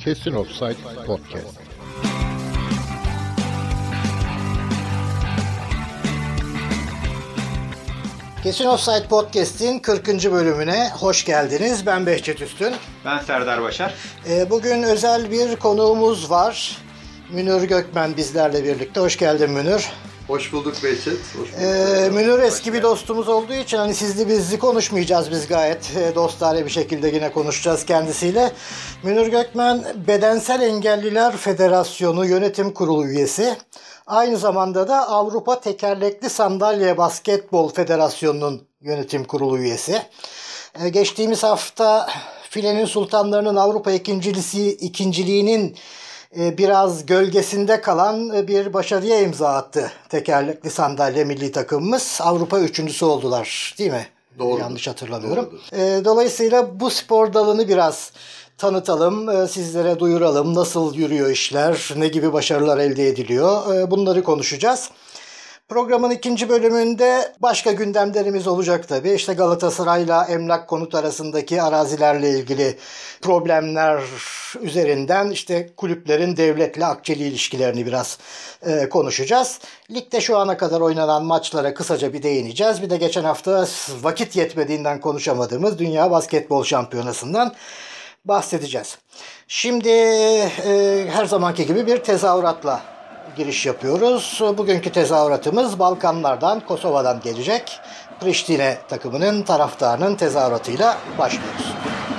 Kesin Offside Podcast. Kesin Offside Podcast'in 40. bölümüne hoş geldiniz. Ben Behçet Üstün. Ben Serdar Başar. Bugün özel bir konuğumuz var. Münir Gökmen bizlerle birlikte. Hoş geldin Münir. Hoş bulduk Behçet. Hoş bulduk. Münir eski bir dostumuz olduğu için hani sizli bizli konuşmayacağız, biz gayet dostane bir şekilde yine konuşacağız kendisiyle. Münir Gökmen Bedensel Engelliler Federasyonu Yönetim Kurulu üyesi. Aynı zamanda da Avrupa Tekerlekli Sandalye Basketbol Federasyonu'nun yönetim kurulu üyesi. Geçtiğimiz hafta Filenin Sultanları'nın Avrupa ikinciliğinin biraz gölgesinde kalan bir başarıya imza attı tekerlekli sandalye milli takımımız. Avrupa üçüncüsü oldular, değil mi? Doğru. Yanlış hatırlamıyorum. Dolayısıyla bu spor dalını biraz tanıtalım, sizlere duyuralım. Nasıl yürüyor işler, ne gibi başarılar elde ediliyor, bunları konuşacağız. Programın ikinci bölümünde başka gündemlerimiz olacak tabii. İşte Galatasaray'la Emlak Konut arasındaki arazilerle ilgili problemler üzerinden işte kulüplerin devletle akçeli ilişkilerini biraz konuşacağız. Ligde şu ana kadar oynanan maçlara kısaca bir değineceğiz. Bir de geçen hafta vakit yetmediğinden konuşamadığımız Dünya Basketbol Şampiyonası'ndan bahsedeceğiz. Şimdi her zamanki gibi bir tezahüratla giriş yapıyoruz. Bugünkü tezahüratımız Balkanlardan, Kosova'dan gelecek. Priştine takımının taraftarının tezahüratıyla başlıyoruz.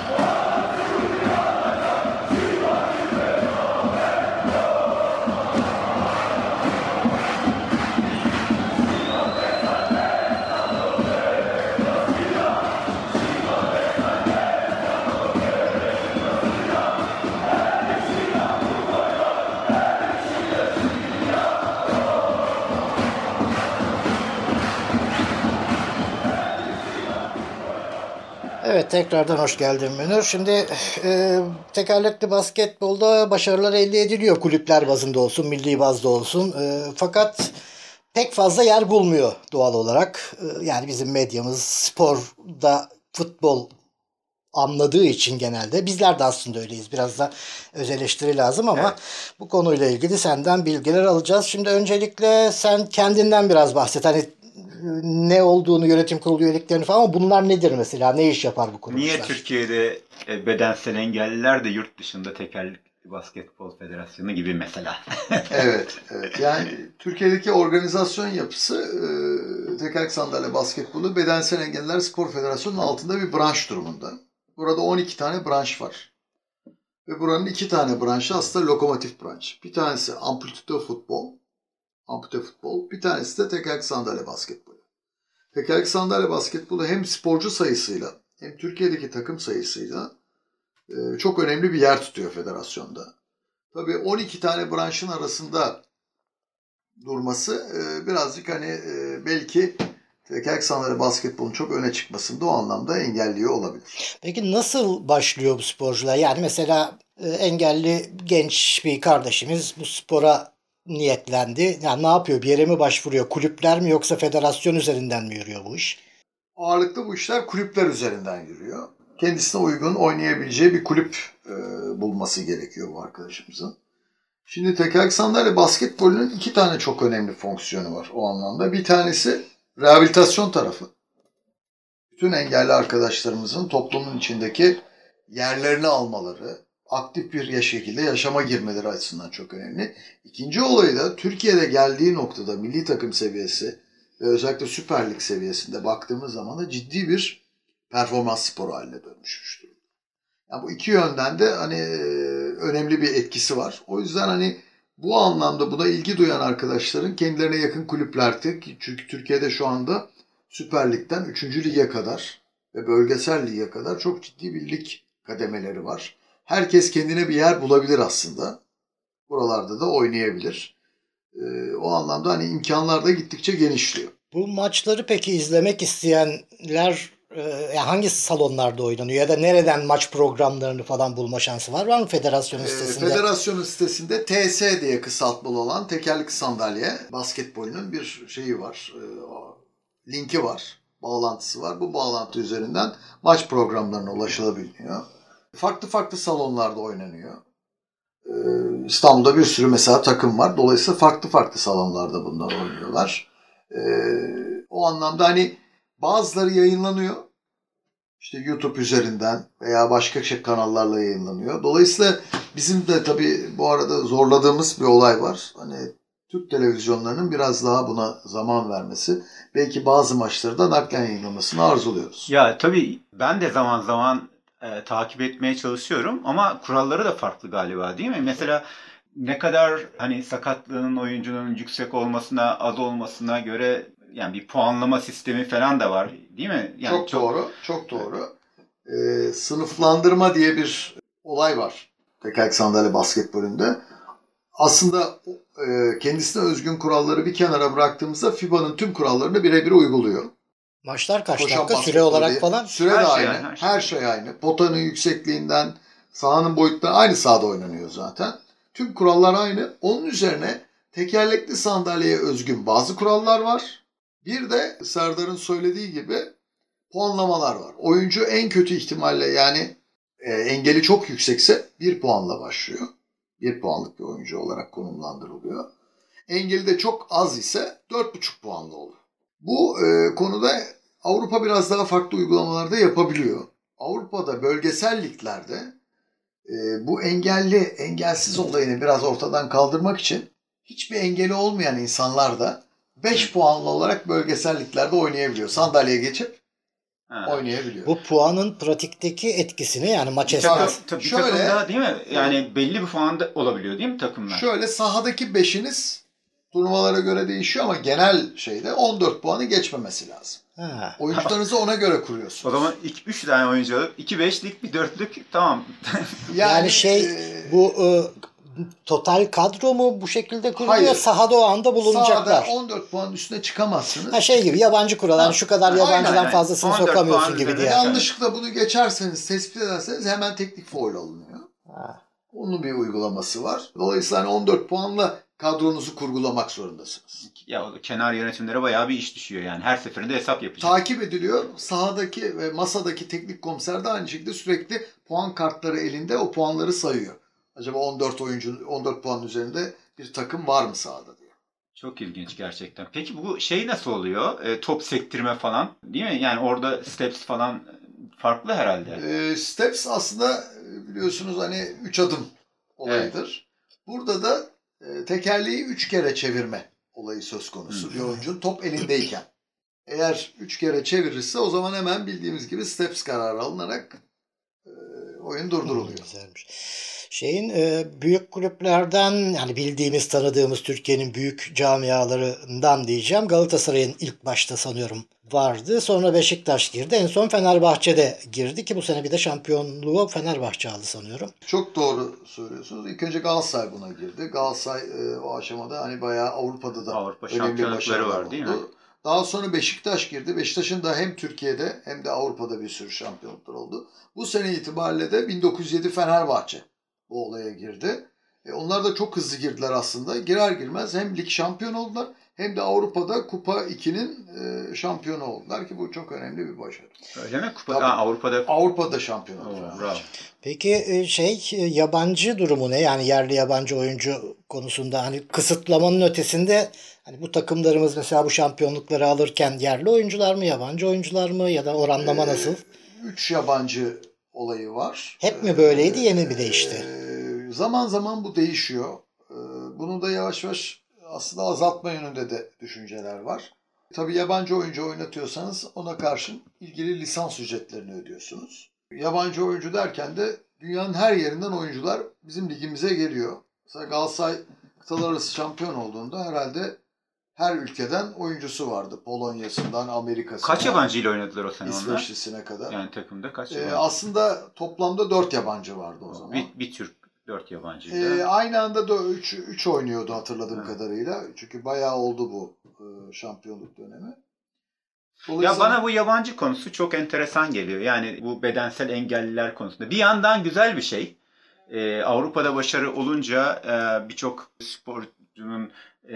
Evet, tekrardan hoş geldin Münir. Şimdi tekerlekli basketbolda başarılar elde ediliyor. Kulüpler bazında olsun, milli bazda olsun. Fakat pek fazla yer bulmuyor doğal olarak. Yani bizim medyamız sporda futbol anladığı için genelde. Bizler de aslında öyleyiz. Biraz da öz eleştiri lazım ama evet, bu konuyla ilgili senden bilgiler alacağız. Şimdi öncelikle sen kendinden biraz bahset. Hani ne olduğunu, yönetim kurulu üyeliklerini falan, ama bunlar nedir mesela? Ne iş yapar bu kuruluşlar? Niye Türkiye'de bedensel engelliler de yurt dışında tekerlekli basketbol federasyonu gibi mesela? Evet. Yani Türkiye'deki organizasyon yapısı tekerlekli sandalye basketbolu Bedensel Engelliler Spor Federasyonu'nun altında bir branş durumunda. Burada 12 tane branş var. Ve buranın 2 tane branşı aslında lokomotif branş. Bir tanesi ampute futbol, bir tanesi de tekerlekli sandalye basketbolu. Tekerlekli sandalye basketbolu hem sporcu sayısıyla hem Türkiye'deki takım sayısıyla çok önemli bir yer tutuyor federasyonda. Tabii 12 tane branşın arasında durması birazcık belki tekerlekli sandalye basketbolun çok öne çıkmasında o anlamda engelliyor olabilir. Peki nasıl başlıyor bu sporcular? Yani mesela engelli genç bir kardeşimiz bu spora niyetlendi. Yani ne yapıyor? Bir yere mi başvuruyor? Kulüpler mi, yoksa federasyon üzerinden mi yürüyor bu iş? Ağırlıklı bu işler kulüpler üzerinden yürüyor. Kendisine uygun oynayabileceği bir kulüp bulması gerekiyor bu arkadaşımızın. Şimdi tekerlekli sandalye basketbolunun 2 tane çok önemli fonksiyonu var o anlamda. Bir tanesi rehabilitasyon tarafı. Bütün engelli arkadaşlarımızın toplumun içindeki yerlerini almaları, aktif bir şekilde yaşama girmeleri açısından çok önemli. İkinci olayı da Türkiye'de geldiği noktada milli takım seviyesi ve özellikle Süper Lig seviyesinde baktığımız zaman da ciddi bir performans sporu haline dönmüş durumda. Yani bu iki yönden de önemli bir etkisi var. O yüzden bu anlamda buna ilgi duyan arkadaşların kendilerine yakın kulüplerde, çünkü Türkiye'de şu anda Süper Lig'den 3. lige kadar ve bölgesel lige kadar çok ciddi bir lig kademeleri var. Herkes kendine bir yer bulabilir aslında. Buralarda da oynayabilir. O anlamda imkanlar da gittikçe genişliyor. Bu maçları peki izlemek isteyenler hangi salonlarda oynanıyor ya da nereden maç programlarını falan bulma şansı var mı federasyonun sitesinde? Federasyonun sitesinde TS diye kısaltmalı olan tekerlekli sandalye basketbolunun bir şeyi var. Linki var, bağlantısı var. Bu bağlantı üzerinden maç programlarına ulaşılabiliyor. Farklı farklı salonlarda oynanıyor. İstanbul'da bir sürü mesela takım var. Dolayısıyla farklı farklı salonlarda bunlar oynuyorlar. O anlamda hani bazıları yayınlanıyor. İşte YouTube üzerinden veya başka kanallarla yayınlanıyor. Dolayısıyla bizim de tabii bu arada zorladığımız bir olay var. Hani Türk televizyonlarının biraz daha buna zaman vermesi. Belki bazı maçları da naklen yayınlamasını arzuluyoruz. Ya tabii ben de zaman zaman takip etmeye çalışıyorum ama kuralları da farklı galiba, değil mi? Mesela ne kadar hani sakatlığının oyuncunun yüksek olmasına, az olmasına göre yani bir puanlama sistemi falan da var, değil mi? Yani Çok doğru, çok doğru. Sınıflandırma diye bir olay var tekerlek sandalye basketbolünde. Aslında kendisine özgün kuralları bir kenara bıraktığımızda FIBA'nın tüm kurallarını birebir uyguluyor. Maçlar kaç Koşan dakika süre basketbol olarak diye. falan? Süre de Her şey aynı. yani, Her şey aynı. Potanın yüksekliğinden, sahanın boyutları aynı sahada oynanıyor zaten. Tüm kurallar aynı. Onun üzerine tekerlekli sandalyeye özgün bazı kurallar var. Bir de Serdar'ın söylediği gibi puanlamalar var. Oyuncu en kötü ihtimalle yani engeli çok yüksekse 1 puanla başlıyor. 1 puanlık bir oyuncu olarak konumlandırılıyor. Engeli de çok az ise 4,5 puanlı oluyor. Bu konuda Avrupa biraz daha farklı uygulamalarda yapabiliyor. Avrupa'da bölgesel liglerde bu engelli, engelsiz olayını biraz ortadan kaldırmak için hiçbir engeli olmayan insanlar da 5 puanlı olarak bölgesel liglerde oynayabiliyor. Sandalyeye geçip oynayabiliyor. Bu puanın pratikteki etkisini yani maç Bir takım, esnasında. tabii bir Şöyle- takımda değil mi? Yani belli bir puanda olabiliyor, değil mi takımlar? Şöyle sahadaki 5'iniz turnuvalara göre değişiyor ama genel şeyde 14 puanı geçmemesi lazım. Ha. Oyuncularınızı ona göre kuruyorsunuz. O zaman 3 tane oyuncu alıp 2 5'lik bir 4'lük tamam. Yani şey e, bu total kadro mu bu şekilde kuruluyor? Hayır. Sahada o anda bulunacaklar. Sahada 14 puan üstüne çıkamazsınız. Ha şey gibi yabancı kural. Yani şu kadar Aynen, yabancıdan aynen. fazlasını 14 sokamıyorsun puan gibi üzerine diye. Yanlışlıkla bunu geçerseniz, tespit ederseniz hemen teknik faul alınıyor. Ha. Onun bir uygulaması var. Dolayısıyla hani 14 puanla kadronuzu kurgulamak zorundasınız. Ya o kenar yönetimlere bayağı bir iş düşüyor yani. Her seferinde hesap yapacak. Takip ediliyor. Sahadaki ve masadaki teknik komiser de aynı şekilde sürekli puan kartları elinde o puanları sayıyor. Acaba 14 puan üzerinde bir takım var mı sahada diye. Çok ilginç gerçekten. Peki bu şey nasıl oluyor? Top sektirme falan, değil mi? Yani orada steps falan farklı herhalde. Steps aslında biliyorsunuz hani 3 adım olayıdır. Burada da tekerleği 3 kere çevirme olayı söz konusu bir oyuncunun top elindeyken. Eğer 3 kere çevirirse o zaman hemen bildiğimiz gibi steps kararı alınarak oyun durduruluyor. Güzelmiş. Şeyin büyük kulüplerden yani bildiğimiz tanıdığımız Türkiye'nin büyük camialarından diyeceğim. Galatasaray'ın ilk başta sanıyorum vardı. Sonra Beşiktaş girdi. En son Fenerbahçe'de girdi ki bu sene bir de şampiyonluğu Fenerbahçe aldı sanıyorum. Çok doğru söylüyorsunuz. İlk önce Galatasaray buna girdi. Galatasaray o aşamada hani bayağı Avrupa'da da Avrupa önemli şampiyonlukları başarılar var, değil mi? oldu. Daha sonra Beşiktaş girdi. Beşiktaş'ın da hem Türkiye'de hem de Avrupa'da bir sürü şampiyonluklar oldu. Bu sene itibariyle de 1907 Fenerbahçe bu olaya girdi. Onlar da çok hızlı girdiler aslında. Girer girmez hem lig şampiyon oldular hem de Avrupa'da Kupa 2'nin şampiyonu oldular ki bu çok önemli bir başarı. Öyle mi? Kupa, Tabii. Avrupa'da şampiyon oldu. Oo, bravo. Fenerbahçe. Peki yabancı durumu ne? Yani yerli yabancı oyuncu konusunda hani kısıtlamanın ötesinde hani bu takımlarımız mesela bu şampiyonlukları alırken yerli oyuncular mı, yabancı oyuncular mı ya da oranlama nasıl? 3 yabancı olayı var. Hep mi böyleydi, yeni mi değişti? Zaman zaman bu değişiyor. Bunu da yavaş yavaş aslında azaltma yönünde de düşünceler var. Tabii yabancı oyuncu oynatıyorsanız ona karşın ilgili lisans ücretlerini ödüyorsunuz. Yabancı oyuncu derken de dünyanın her yerinden oyuncular bizim ligimize geliyor. Mesela Galatasaray kıtalar arası şampiyon olduğunda herhalde her ülkeden oyuncusu vardı. Polonya'sından Amerika'sına. Kaç yabancı ile oynadılar o sene onlar? İsveçlisine kadar. Yani takımda kaç yabancı? Aslında toplamda 4 yabancı vardı o zaman. Bir Türk 4 yabancıydı. Aynı anda da 3 oynuyordu hatırladığım kadarıyla. Çünkü bayağı oldu bu şampiyonluk dönemi. Ya bana bu yabancı konusu çok enteresan geliyor. Yani bu bedensel engelliler konusunda. Bir yandan güzel bir şey. Avrupa'da başarı olunca birçok sporcunun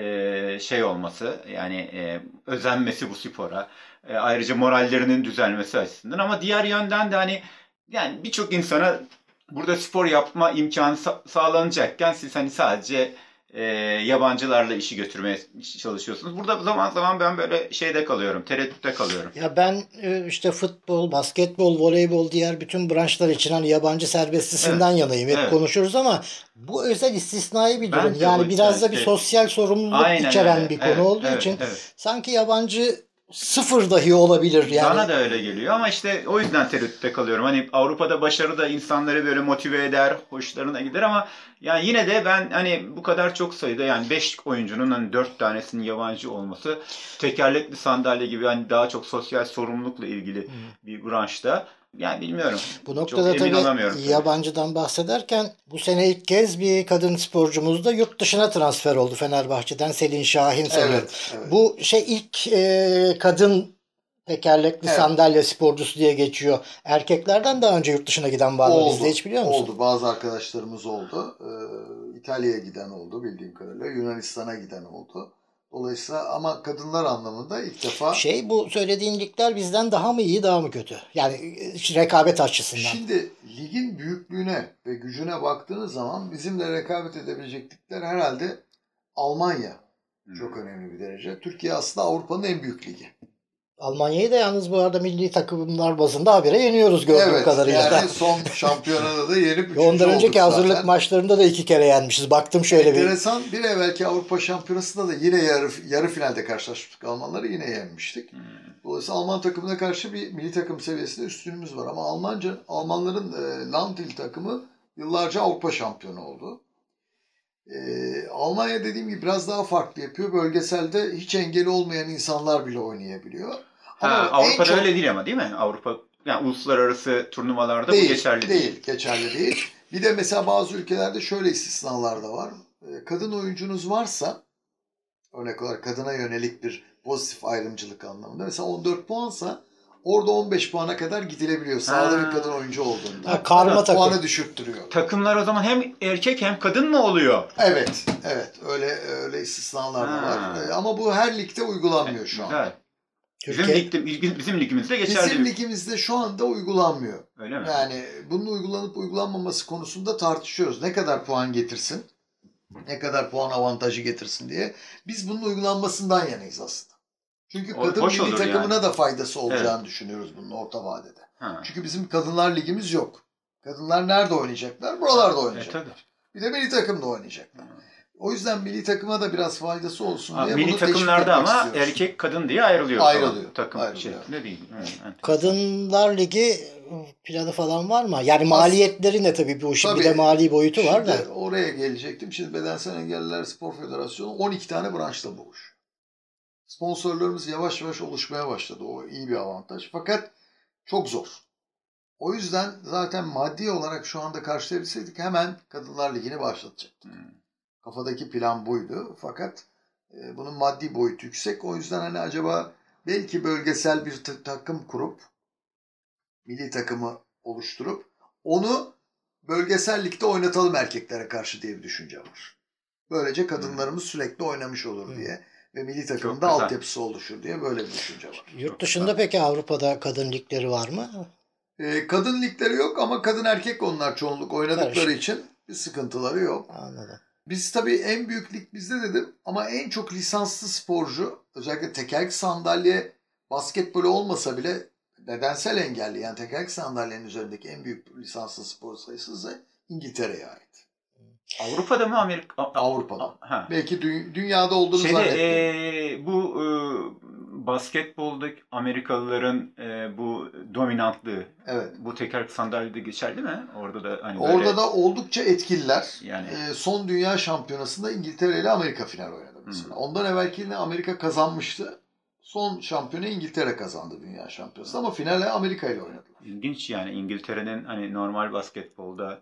şey olması yani özenmesi bu spora. Ayrıca morallerinin düzelmesi açısından ama diğer yönden de hani yani birçok insana burada spor yapma imkanı sağlanacakken siz hani sadece yabancılarla işi götürmeye çalışıyorsunuz. Burada zaman zaman ben böyle şeyde kalıyorum, tereddütte kalıyorum. Ya ben işte futbol, basketbol, voleybol, diğer bütün branşlar için hani yabancı serbestisinden yanayım. Hep konuşuruz ama bu özel istisnai bir durum. Yani biraz da bir sosyal sorumluluk içeren bir konu olduğu için sanki yabancı sıfır dahi olabilir yani. Bana da öyle geliyor ama işte o yüzden tereddütte kalıyorum. Hani Avrupa'da başarı da insanları böyle motive eder, hoşlarına gider ama yani yine de ben hani bu kadar çok sayıda yani 5 oyuncunun hani 4 tanesinin yabancı olması tekerlekli sandalye gibi hani daha çok sosyal sorumlulukla ilgili bir branşta. Yani bilmiyorum. Bu noktada tabii yabancıdan bahsederken bu sene ilk kez bir kadın sporcumuz da yurt dışına transfer oldu Fenerbahçe'den, Selin Şahin sanıyorum. Evet. Bu ilk kadın tekerlekli sandalye sporcusu diye geçiyor. Erkeklerden daha önce yurt dışına giden var mı? Bizde hiç biliyor musun? Oldu. Bazı arkadaşlarımız oldu. İtalya'ya giden oldu bildiğim kadarıyla. Yunanistan'a giden oldu. Dolayısıyla ama kadınlar anlamında ilk defa... Bu söylediğin ligler bizden daha mı iyi, daha mı kötü? Yani rekabet açısından. Şimdi ligin büyüklüğüne ve gücüne baktığınız zaman bizimle rekabet edebilecek ligler herhalde Almanya çok önemli bir derece. Türkiye aslında Avrupa'nın en büyük ligi. Almanya'yı da yalnız bu arada milli takımlar bazında habire yeniyoruz gördüğüm kadarıyla. Yani son şampiyonada da yenip 3. Ondan önceki hazırlık maçlarında da 2 kere yenmişiz. Baktım şöyle enteresan, bir evvelki Avrupa Şampiyonası'nda da yine yarı finalde karşılaştık. Almanları yine yenmiştik. Dolayısıyla Alman takımına karşı bir milli takım seviyesinde üstünlüğümüz var. Ama Almanların Landil takımı yıllarca Avrupa şampiyonu oldu. Almanya dediğim gibi biraz daha farklı yapıyor. Bölgeselde hiç engeli olmayan insanlar bile oynayabiliyor. Ama Avrupa'da öyle değil ama değil mi? Avrupa yani uluslararası turnuvalarda bu geçerli değil. Geçerli değil. Bir de mesela bazı ülkelerde şöyle istisnalar da var. Kadın oyuncunuz varsa örnek olarak kadına yönelik bir pozitif ayrımcılık anlamında. Mesela 14 puansa orada 15 puana kadar gidilebiliyor. Sahada bir kadın oyuncu olduğunda. Karma takım. Puanı düşürttürüyor. Takımlar o zaman hem erkek hem kadın mı oluyor? Evet. Öyle istisnalar da var. Ama bu her ligde uygulanmıyor şu an. Evet. Bizim ligimizde geçerli. Bizim ligimizde şu anda uygulanmıyor. Öyle mi? Yani bunun uygulanıp uygulanmaması konusunda tartışıyoruz. Ne kadar puan getirsin? Ne kadar puan avantajı getirsin diye. Biz bunun uygulanmasından yanayız aslında. Çünkü kadın milli takımına da faydası olacağını düşünüyoruz bunun orta vadede. Çünkü bizim kadınlar ligimiz yok. Kadınlar nerede oynayacaklar? Buralarda oynayacaklar. Bir de milli takımda oynayacaklar. O yüzden milli takıma da biraz faydası olsun diye milli bunu teşvik takımlarda ama istiyoruz. erkek kadın diye ayrılıyor. Takım şeklinde değil. Kadınlar Ligi planı falan var mı? Yani maliyetleri ne tabii bu işin bir de mali boyutu var da. Oraya gelecektim. Şimdi Bedensel Engelliler Spor Federasyonu 12 tane branşla boğuşuyor. Sponsorlarımız yavaş yavaş oluşmaya başladı. O iyi bir avantaj. Fakat çok zor. O yüzden zaten maddi olarak şu anda karşılayabilseydik hemen Kadınlar Ligi'ni başlatacaktık. Kafadaki plan buydu. Fakat bunun maddi boyutu yüksek. O yüzden hani acaba belki bölgesel bir takım kurup milli takımı oluşturup onu bölgesel ligde oynatalım erkeklere karşı diye bir düşünce var. Böylece kadınlarımız sürekli oynamış olur diye ve milli takımda altyapısı oluşur diye böyle bir düşünce var. Yurt dışında peki Avrupa'da kadın ligleri var mı? Kadın ligleri yok ama kadın erkek onlar çoğunluk oynadıkları için bir sıkıntıları yok. Anladım. Biz tabii en büyük lig bizde dedim ama en çok lisanslı sporcu özellikle tekerlekli sandalye basketbolu olmasa bile bedensel engelli yani tekerlekli sandalyenin üzerindeki en büyük lisanslı spor sayısı ise İngiltere'ye ait. Avrupa'da mı Amerika? Avrupa'da. Belki dünyada olduğunu zannetmiyorum. Bu basketboldaki Amerikalıların bu dominantlığı bu tekerlekli sandalyede geçerli mi? Orada da hani böyle... Orada da oldukça etkililer. Yani son dünya şampiyonasında İngiltere ile Amerika final oynadı mesela. Ondan evvelkini Amerika kazanmıştı. Son şampiyonu İngiltere kazandı dünya şampiyonası ama finale Amerika ile oynadılar. İlginç yani İngiltere'nin hani normal basketbolda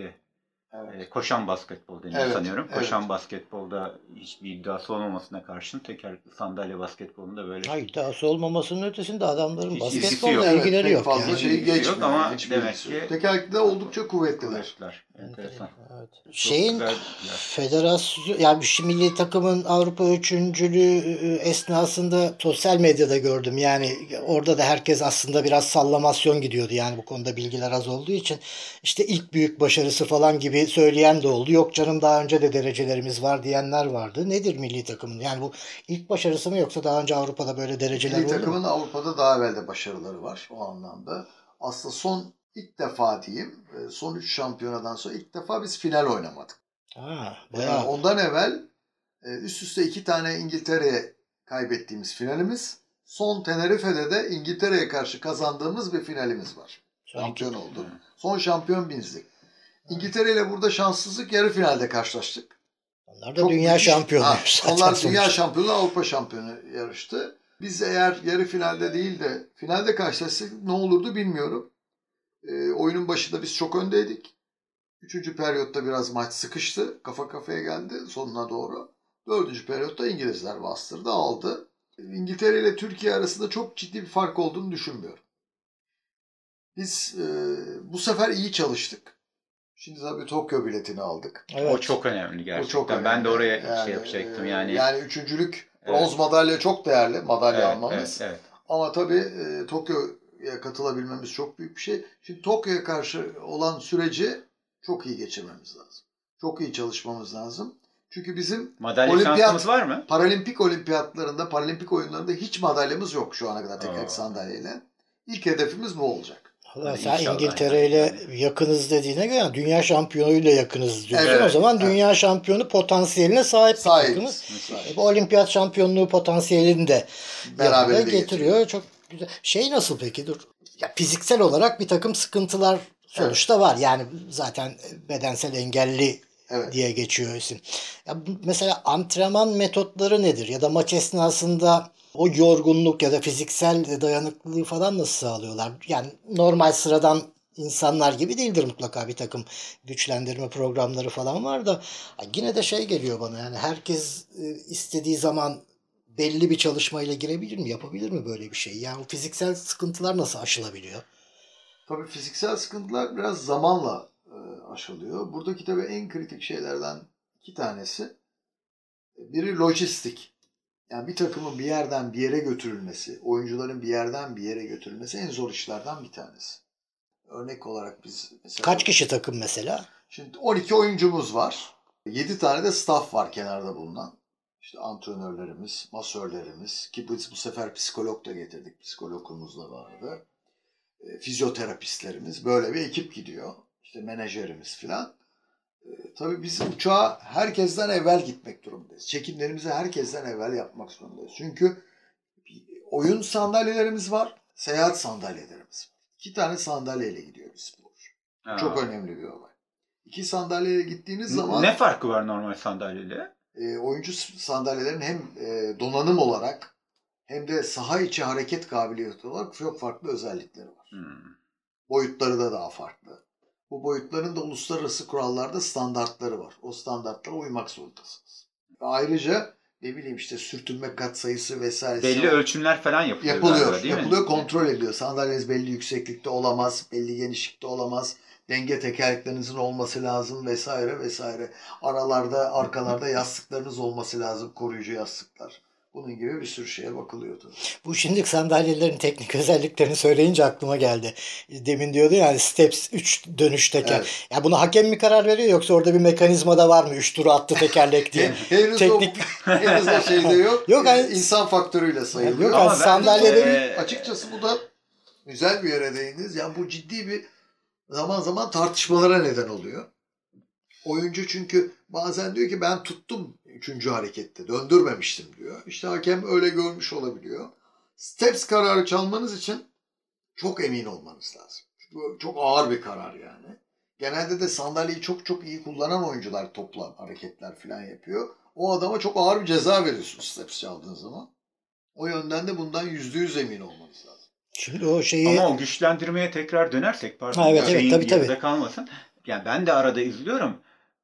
koşan basketbol deniyor sanıyorum. Koşan basketbolda hiçbir iddiası olmamasına karşın tekerlekli sandalye basketbolunda böyle... İddiası olmamasının ötesinde adamların basketbolla ilgileri yok. Fazla şeyi geçmiyor. Ama demek ki... Tekerlekli de oldukça kuvvetliler. Enteresan. Evet. Çok Şeyin güzel. federasyon yani şu milli takımın Avrupa üçüncülüğü esnasında sosyal medyada gördüm. Yani orada da herkes aslında biraz sallamasyon gidiyordu. Yani bu konuda bilgiler az olduğu için işte ilk büyük başarısı falan gibi söyleyen de oldu. Yok canım daha önce de derecelerimiz var diyenler vardı. Nedir milli takımın? Yani bu ilk başarısı mı yoksa daha önce Avrupa'da böyle dereceler Milli oldu mu? takımın Avrupa'da daha evvel de başarıları var o anlamda. Aslında ilk defa diyeyim, son 3 şampiyonadan sonra ilk defa biz final oynamadık. Ha, Yani bayağı. ondan evvel üst üste 2 tane İngiltere'ye kaybettiğimiz finalimiz, son Tenerife'de de İngiltere'ye karşı kazandığımız bir finalimiz var. Şampiyon olduk. Son şampiyon bizdik. İngiltere ile burada şanssızlık, yarı finalde karşılaştık. Onlar da dünya şampiyonu. Onlar dünya şampiyonu, Avrupa şampiyonu yarıştı. Biz eğer yarı finalde değil de finalde karşılaşsak ne olurdu bilmiyorum. Oyunun başında biz çok öndeydik. 3. periyotta biraz maç sıkıştı. Kafa kafaya geldi sonuna doğru. 4. periyotta İngilizler bastırdı, aldı. İngiltere ile Türkiye arasında çok ciddi bir fark olduğunu düşünmüyorum. Biz bu sefer iyi çalıştık. Şimdi tabii Tokyo biletini aldık. Evet. O çok önemli gerçekten. O çok önemli. Ben de oraya şey yapacaktım yani. Yani üçüncülük, bronz madalya çok değerli. Madalya almamız. Evet. Ama tabii Tokyo'ya katılabilmemiz çok büyük bir şey. Şimdi Tokyo'ya karşı olan süreci çok iyi geçirmemiz lazım. Çok iyi çalışmamız lazım. Çünkü bizim madalya şansımız var mı? Paralimpik olimpiyatlarında, paralimpik oyunlarında hiç madalyamız yok şu ana kadar tekerlek sandalyeyle. İlk hedefimiz bu olacak. Valla sen İngiltere ile yakınız dediğine göre yani dünya şampiyonuyla yakınız diyorsun. Evet, o zaman dünya şampiyonu potansiyeline sahip bir takımız. Bu olimpiyat şampiyonluğu potansiyelini de beraber getiriyor. Çok güzel. Şey nasıl peki? Ya fiziksel olarak bir takım sıkıntılar sonuçta var. Yani zaten bedensel engelli diye geçiyor isim. Ya mesela antrenman metotları nedir? Ya da maç esnasında o yorgunluk ya da fiziksel dayanıklılığı falan nasıl sağlıyorlar? Yani normal sıradan insanlar gibi değildir mutlaka, bir takım güçlendirme programları falan var da yine de şey geliyor bana, yani herkes istediği zaman belli bir çalışmayla girebilir mi? Yapabilir mi böyle bir şey? Yani o fiziksel sıkıntılar nasıl aşılabiliyor? Tabii fiziksel sıkıntılar biraz zamanla aşılıyor. Buradaki tabii en kritik şeylerden 2 tanesi. Biri lojistik. Yani bir takımın bir yerden bir yere götürülmesi, oyuncuların bir yerden bir yere götürülmesi en zor işlerden bir tanesi. Örnek olarak biz mesela... Kaç kişi takım mesela? Şimdi 12 oyuncumuz var. 7 tane de staff var kenarda bulunan. İşte antrenörlerimiz, masörlerimiz, ki biz bu sefer psikolog da getirdik. Psikologumuz da vardı. Fizyoterapistlerimiz. Böyle bir ekip gidiyor. İşte menajerimiz filan. Tabii biz uçağa herkesten evvel gitmek durumundayız. Çekimlerimizi herkesten evvel yapmak zorundayız. Çünkü oyun sandalyelerimiz var, seyahat sandalyelerimiz var. 2 tane sandalyeyle gidiyor bir spor. Çok önemli bir olay. 2 sandalyeyle gittiğiniz zaman... Ne farkı var normal sandalyeyle? Oyuncu sandalyelerin hem donanım olarak hem de saha içi hareket kabiliyeti olarak çok farklı özellikleri var. Boyutları da daha farklı. Bu boyutların da uluslararası kurallarda standartları var. O standartlara uymak zorundasınız. Ayrıca ne bileyim işte sürtünme katsayısı vesaire. Belli ölçümler falan yapılıyor. Yapılıyor, kontrol ediliyor. Sandalyeniz belli yükseklikte olamaz, belli genişlikte olamaz. Denge tekerleklerinizin olması lazım vesaire vesaire. Aralarda, arkalarda yastıklarınız olması lazım, koruyucu yastıklar. Bunun gibi bir sürü şeye bakılıyor tabii. Bu şimdi sandalyelerin teknik özelliklerini söyleyince aklıma geldi. Demin diyordu yani steps 3 dönüş teker. Evet. Ya buna hakem mi karar veriyor yoksa orada bir mekanizma da var mı? 3 tur attı tekerlek diye. henüz o şeyde yok. Yok insan faktörüyle sayılıyor. Yok ama sandalyelerin açıkçası bu da güzel bir yere değindiniz. Yani bu ciddi bir zaman zaman tartışmalara neden oluyor. Oyuncu çünkü bazen diyor ki ben tuttum 3. harekette, döndürmemiştim diyor. İşte hakem öyle görmüş olabiliyor. Steps kararı çalmanız için çok emin olmanız lazım. Çünkü çok ağır bir karar yani. Genelde de sandalyeyi çok çok iyi kullanan oyuncular toplam hareketler falan yapıyor. O adama çok ağır bir ceza veriyorsunuz steps çaldığınız zaman. O yönden de bundan %100 emin olmanız lazım. Şimdi o şeyi... Ama o güçlendirmeye tekrar dönersek evet, tabii. kalmasın. Yani ben de arada izliyorum.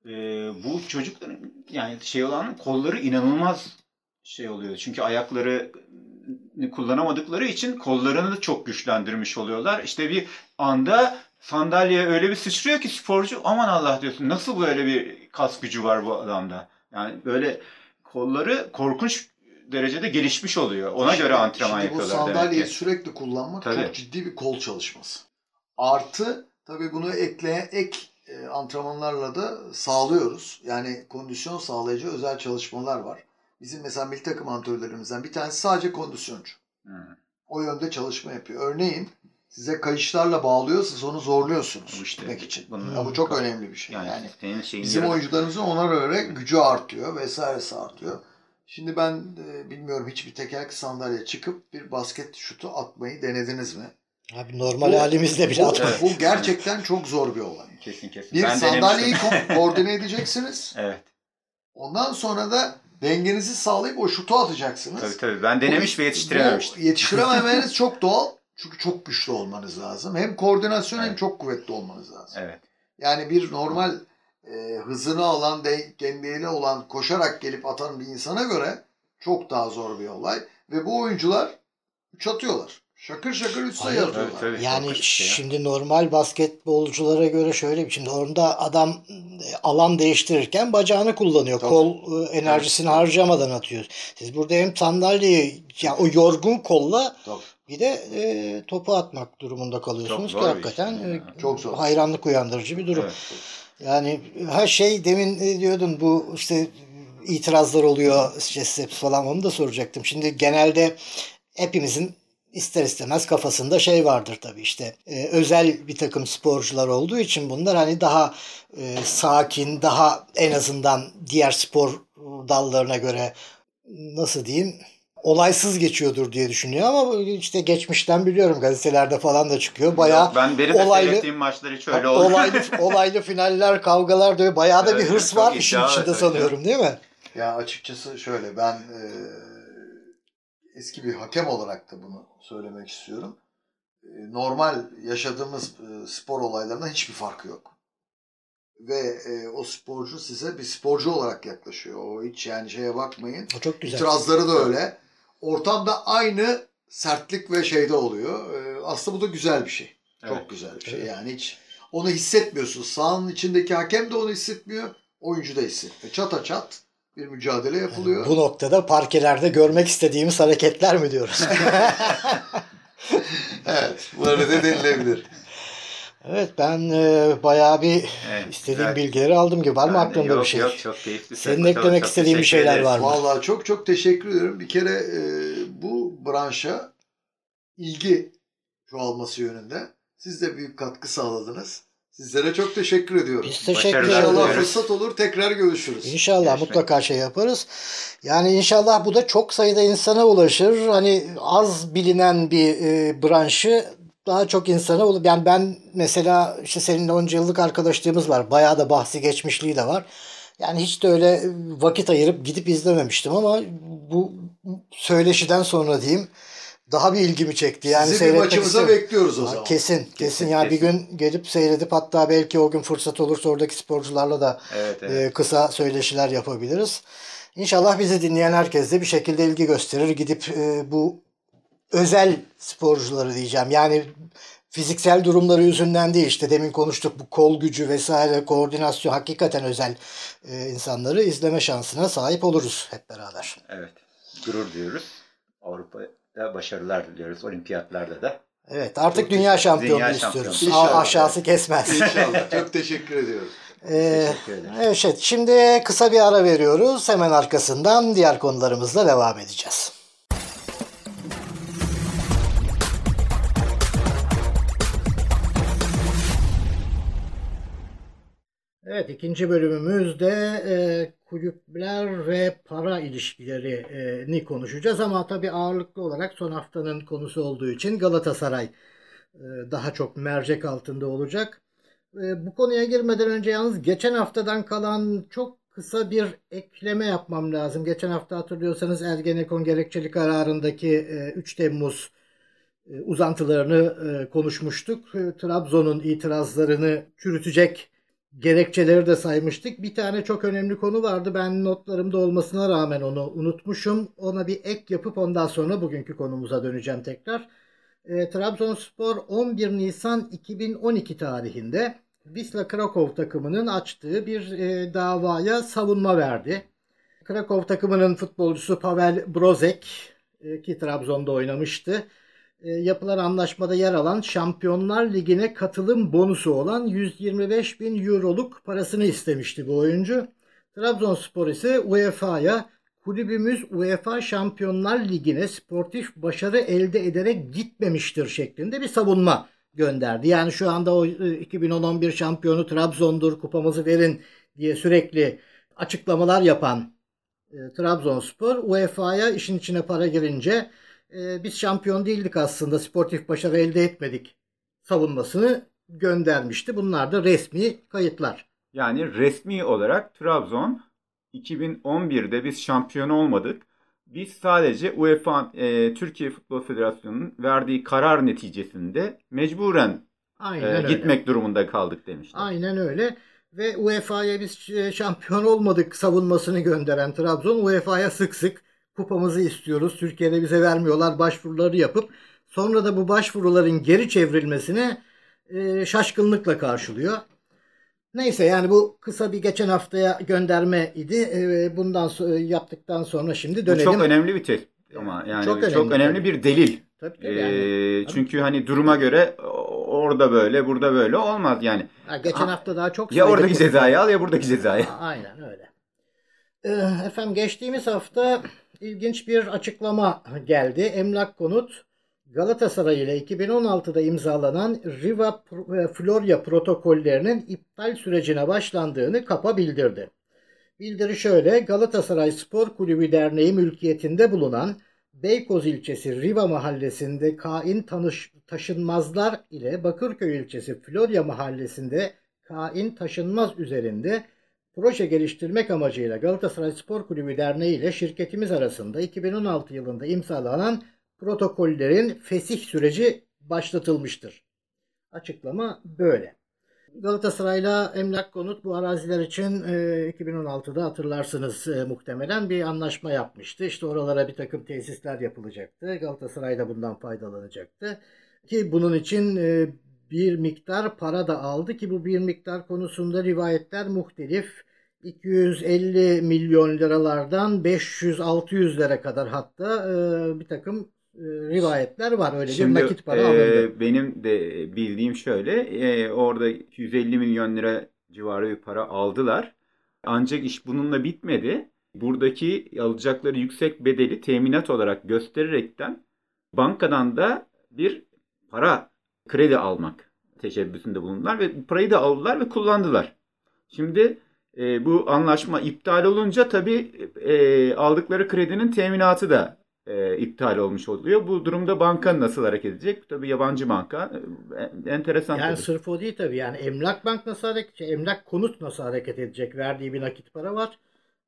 Bu çocukların yani şey olan kolları inanılmaz şey oluyor. Çünkü ayakları kullanamadıkları için kollarını da çok güçlendirmiş oluyorlar. İşte bir anda sandalyeye öyle bir sıçrıyor ki sporcu, aman Allah diyorsun, nasıl böyle bir kas gücü var bu adamda. Yani böyle kolları korkunç derecede gelişmiş oluyor. Ona göre antrenman yapıyorlar demek ki. Bu sandalyeyi sürekli kullanmak çok ciddi bir kol çalışması. Artı tabii bunu ek antrenmanlarla da sağlıyoruz. Yani kondisyon sağlayıcı özel çalışmalar var. Bizim mesela milli takım antrenörlerimizden bir tanesi sadece kondisyoncu. O yönde çalışma yapıyor. Örneğin size kayışlarla bağlıyor, siz onu zorluyorsunuz gitmek için. Bu çok önemli bir şey. Yani bizim oyuncularımızın ona göre gücü artıyor vesairesi artıyor. Şimdi ben bilmiyorum, hiçbir tekerlekli sandalye çıkıp bir basket şutu atmayı denediniz mi? Abi normal halimizde bile atmayız. Bu gerçekten çok zor bir olay. Kesin. Bir sandalyeyi koordine edeceksiniz. Evet. Ondan sonra da dengenizi sağlayıp o şutu atacaksınız. Tabii. Ben denemiş ve yetiştirememiştim. Yetiştirememeniz çok doğal. Çünkü çok güçlü olmanız lazım. Hem koordinasyon hem çok kuvvetli olmanız lazım. Evet. Yani bir normal hızını alan, dengeyle olan, koşarak gelip atan bir insana göre çok daha zor bir olay. Ve bu oyuncular 3 atıyorlar. Şakır şakır 3 sayı atıyorlar. Tabii, yani şimdi normal basketbolculara göre şöyle bir, şimdi orada adam alan değiştirirken bacağını kullanıyor. Tabii. Kol enerjisini harcamadan atıyor. Siz burada hem sandalyeyi, yani o yorgun kolla bir de topu atmak durumunda kalıyorsunuz ki hakikaten çok zor. Hayranlık uyandırıcı bir durum. Evet. Yani her şey, demin diyordun bu işte itirazlar oluyor, steps falan, onu da soracaktım. Şimdi genelde hepimizin ister istemez kafasında şey vardır tabii, işte özel bir takım sporcular olduğu için bunlar hani daha sakin, daha en azından diğer spor dallarına göre nasıl diyeyim, olaysız geçiyordur diye düşünüyor ama işte geçmişten biliyorum, gazetelerde falan da çıkıyor. Bayağı ben benim seyrettiğim maçlar hiç öyle olmuyor. Olaylı finaller, kavgalar diyor. Bayağı da bir hırs var işin içinde sanıyorum, değil mi? Ya açıkçası şöyle, ben eski bir hakem olarak da bunu söylemek istiyorum. Normal yaşadığımız spor olaylarından hiçbir farkı yok. Ve o sporcu size bir sporcu olarak yaklaşıyor. O hiç yani şeye bakmayın. O çok güzel. İtirazları da öyle. Ortamda aynı sertlik ve şeyde oluyor. Aslında bu da güzel bir şey. Evet. Çok güzel bir şey. Evet. Yani hiç onu hissetmiyorsun. Sahanın içindeki hakem de onu hissetmiyor. Oyuncu da hissetmiyor. Çata çat bir mücadele yapılıyor. Yani bu noktada parkelerde görmek istediğimiz hareketler mi diyoruz? Evet. Böyle de denilebilir. Evet, ben bayağı bir istediğim bilgileri aldım gibi. Var mı aklında bir şey? Yok, çok keyifli. Senin eklemek istediğin bir şeyler var mı? Vallahi çok çok teşekkür ederim. Bir kere bu branşa ilgi çoğalması yönünde siz de büyük katkı sağladınız. Sizlere çok teşekkür ediyorum. Biz teşekkür ederiz. İnşallah fırsat olur, tekrar görüşürüz. İnşallah mutlaka şey yaparız. Yani inşallah bu da çok sayıda insana ulaşır. Hani az bilinen bir branşı daha çok insana olur. Yani ben mesela işte seninle 10 yıllık arkadaşlığımız var. Bayağı da bahsi geçmişliği de var. Yani hiç de öyle vakit ayırıp gidip izlememiştim ama bu söyleşiden sonra diyeyim daha bir ilgimi çekti. Yani sizi bir maçımıza bekliyoruz o zaman. Kesin. Yani bir gün gelip seyredip hatta belki o gün fırsat olursa oradaki sporcularla da kısa söyleşiler yapabiliriz. İnşallah bizi dinleyen herkes de bir şekilde ilgi gösterir. Gidip bu özel sporcuları diyeceğim. Yani fiziksel durumları yüzünden değil, işte demin konuştuk, bu kol gücü vesaire, koordinasyon, hakikaten özel insanları izleme şansına sahip oluruz hep beraber. Evet. Gurur duyuyoruz. Avrupa'da başarılar diliyoruz. Olimpiyatlarda da. Evet, artık dünya şampiyonluğu istiyoruz. Aşağısı kesmez. İnşallah. Çok teşekkür ediyorum. Teşekkür ederim. Evet, şimdi kısa bir ara veriyoruz. Hemen arkasından diğer konularımızla devam edeceğiz. Evet, ikinci bölümümüzde kulüpler ve para ilişkilerini konuşacağız ama tabii ağırlıklı olarak son haftanın konusu olduğu için Galatasaray daha çok mercek altında olacak. Bu konuya girmeden önce yalnız geçen haftadan kalan çok kısa bir ekleme yapmam lazım. Geçen hafta hatırlıyorsanız Ergenekon gerekçeli kararındaki 3 Temmuz uzantılarını konuşmuştuk. Trabzon'un itirazlarını çürütecek gerekçeleri de saymıştık. Bir tane çok önemli konu vardı. Ben notlarımda olmasına rağmen onu unutmuşum. Ona bir ek yapıp ondan sonra bugünkü konumuza döneceğim tekrar. Trabzonspor 11 Nisan 2012 tarihinde Wisla Krakow takımının açtığı bir davaya savunma verdi. Krakow takımının futbolcusu Pavel Brozek ki Trabzon'da oynamıştı. Yapılan anlaşmada yer alan Şampiyonlar Ligi'ne katılım bonusu olan 125 bin euroluk parasını istemişti bu oyuncu. Trabzonspor ise UEFA'ya kulübümüz UEFA Şampiyonlar Ligi'ne sportif başarı elde ederek gitmemiştir şeklinde bir savunma gönderdi. Yani şu anda o 2010-11 şampiyonu Trabzon'dur, kupamızı verin diye sürekli açıklamalar yapan Trabzonspor UEFA'ya işin içine para girince biz şampiyon değildik aslında, sportif başarı elde etmedik savunmasını göndermişti. Bunlar da resmi kayıtlar. Yani resmi olarak Trabzon 2011'de biz şampiyon olmadık. Biz sadece UEFA Türkiye Futbol Federasyonu'nun verdiği karar neticesinde mecburen gitmek durumunda kaldık demişler. Aynen öyle. Ve UEFA'ya biz şampiyon olmadık savunmasını gönderen Trabzon UEFA'ya sık sık kupamızı istiyoruz, Türkiye'de bize vermiyorlar başvuruları yapıp sonra da bu başvuruların geri çevrilmesine şaşkınlıkla karşılıyor. Neyse, yani bu kısa bir geçen haftaya gönderme idi. Bundan yaptıktan sonra şimdi dönelim. Bu çok önemli bir tespit ama yani çok önemli bir delil. Tabii yani. Çünkü hani duruma göre orada böyle, burada böyle olmaz yani. Geçen hafta daha çok ya oradaki cezayı al ya buradaki cezayı. Aynen öyle. Efendim, geçtiğimiz hafta ilginç bir açıklama geldi. Emlak Konut Galatasaray ile 2016'da imzalanan Riva Florya protokollerinin iptal sürecine başlandığını KAP'a bildirdi. Bildiri şöyle: Galatasaray Spor Kulübü Derneği mülkiyetinde bulunan Beykoz ilçesi Riva mahallesinde kain taşınmazlar ile Bakırköy ilçesi Florya mahallesinde kain taşınmaz üzerinde proje geliştirmek amacıyla Galatasaray Spor Kulübü Derneği ile şirketimiz arasında 2016 yılında imzalanan protokollerin fesih süreci başlatılmıştır. Açıklama böyle. Galatasaray'la Emlak Konut bu araziler için 2016'da hatırlarsınız muhtemelen bir anlaşma yapmıştı. İşte oralara bir takım tesisler yapılacaktı. Galatasaray da bundan faydalanacaktı. Ki bunun için bir miktar para da aldı ki bu bir miktar konusunda rivayetler muhtelif. 250 milyon liralardan 500-600'lere kadar hatta bir takım rivayetler var. Öyle bir nakit para alındı. Benim de bildiğim şöyle, orada 250 milyon lira civarı bir para aldılar. Ancak iş bununla bitmedi. Buradaki alacakları yüksek bedeli teminat olarak göstererekten bankadan da bir para, kredi almak teşebbüsünde bulundular ve parayı da aldılar ve kullandılar. Şimdi bu anlaşma iptal olunca tabii aldıkları kredinin teminatı da iptal olmuş oluyor. Bu durumda banka nasıl hareket edecek? Tabii yabancı banka. Enteresan. Yani tabii. Sırf o değil tabii. Yani Emlak Bank nasıl Emlak Konut nasıl hareket edecek? Verdiği bir nakit para var.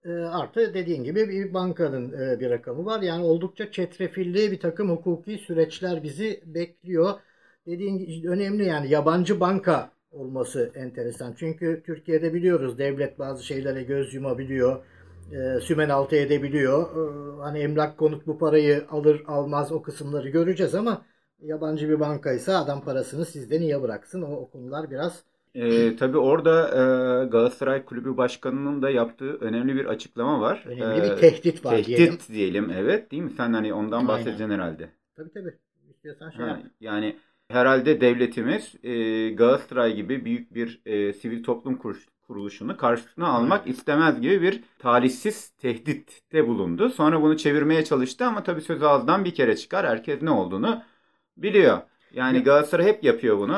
Artı dediğin gibi bir bankanın bir rakamı var. Yani oldukça çetrefilli bir takım hukuki süreçler bizi bekliyor. Dediğin önemli, yani yabancı banka olması enteresan. Çünkü Türkiye'de biliyoruz devlet bazı şeylere göz yumabiliyor. Sümen altı edebiliyor. Hani Emlak Konut bu parayı alır almaz o kısımları göreceğiz ama yabancı bir bankaysa adam parasını sizde niye bıraksın? O konular biraz... Tabii orada Galatasaray Kulübü Başkanı'nın da yaptığı önemli bir açıklama var. Önemli bir tehdit var diyelim. Tehdit diyelim, evet, değil mi? Sen hani ondan bahsedeceksin herhalde. Tabii. İstiyorsan yap. Yani herhalde devletimiz Galatasaray gibi büyük bir sivil toplum kuruluşunu karşısına almak istemez gibi bir talihsiz tehditte bulundu. Sonra bunu çevirmeye çalıştı ama tabii söz ağızdan bir kere çıkar. Herkes ne olduğunu biliyor. Yani Galatasaray hep yapıyor bunu.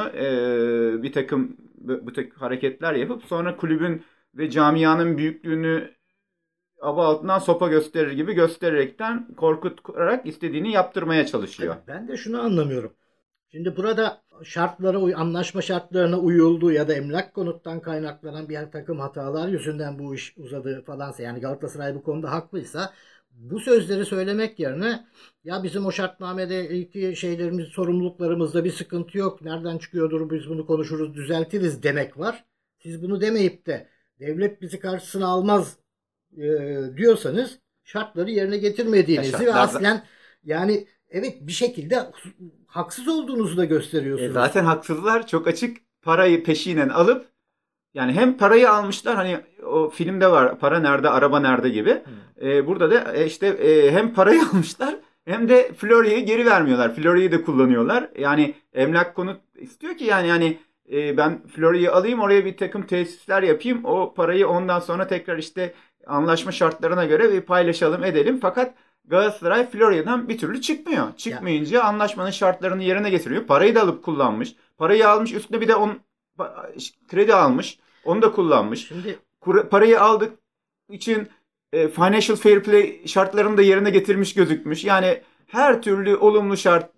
Bir takım hareketler yapıp sonra kulübün ve camianın büyüklüğünü aba altından sopa gösterir gibi göstererekten korkutarak istediğini yaptırmaya çalışıyor. Ben de şunu anlamıyorum. Şimdi burada anlaşma şartlarına uyuldu ya da Emlak Konut'tan kaynaklanan bir takım hatalar yüzünden bu iş uzadı falansa, yani Galatasaray bu konuda haklıysa bu sözleri söylemek yerine ya bizim o şartnamedeki şeylerimiz, sorumluluklarımızda bir sıkıntı yok, nereden çıkıyordur, biz bunu konuşuruz, düzeltiriz demek var. Siz bunu demeyip de devlet bizi karşısına almaz diyorsanız şartları yerine getirmediğinizi ve aslen yani evet bir şekilde haksız olduğunuzu da gösteriyorsunuz. Zaten haksızlar, çok açık, parayı peşinen alıp, yani hem parayı almışlar, hani o filmde var para nerede araba nerede gibi. Burada da işte hem parayı almışlar hem de Florya'yı geri vermiyorlar. Florya'yı da kullanıyorlar. Yani emlak konut istiyor ki yani ben Florya'yı alayım, oraya bir takım tesisler yapayım. O parayı ondan sonra tekrar işte anlaşma şartlarına göre bir paylaşalım edelim. Fakat Galatasaray Florya'dan bir türlü çıkmıyor. Çıkmayınca anlaşmanın şartlarını yerine getiriyor. Parayı da alıp kullanmış. Parayı almış, üstüne bir de kredi almış. Onu da kullanmış. Şimdi parayı aldık için financial fair play şartlarını da yerine getirmiş gözükmüş. Yani her türlü olumlu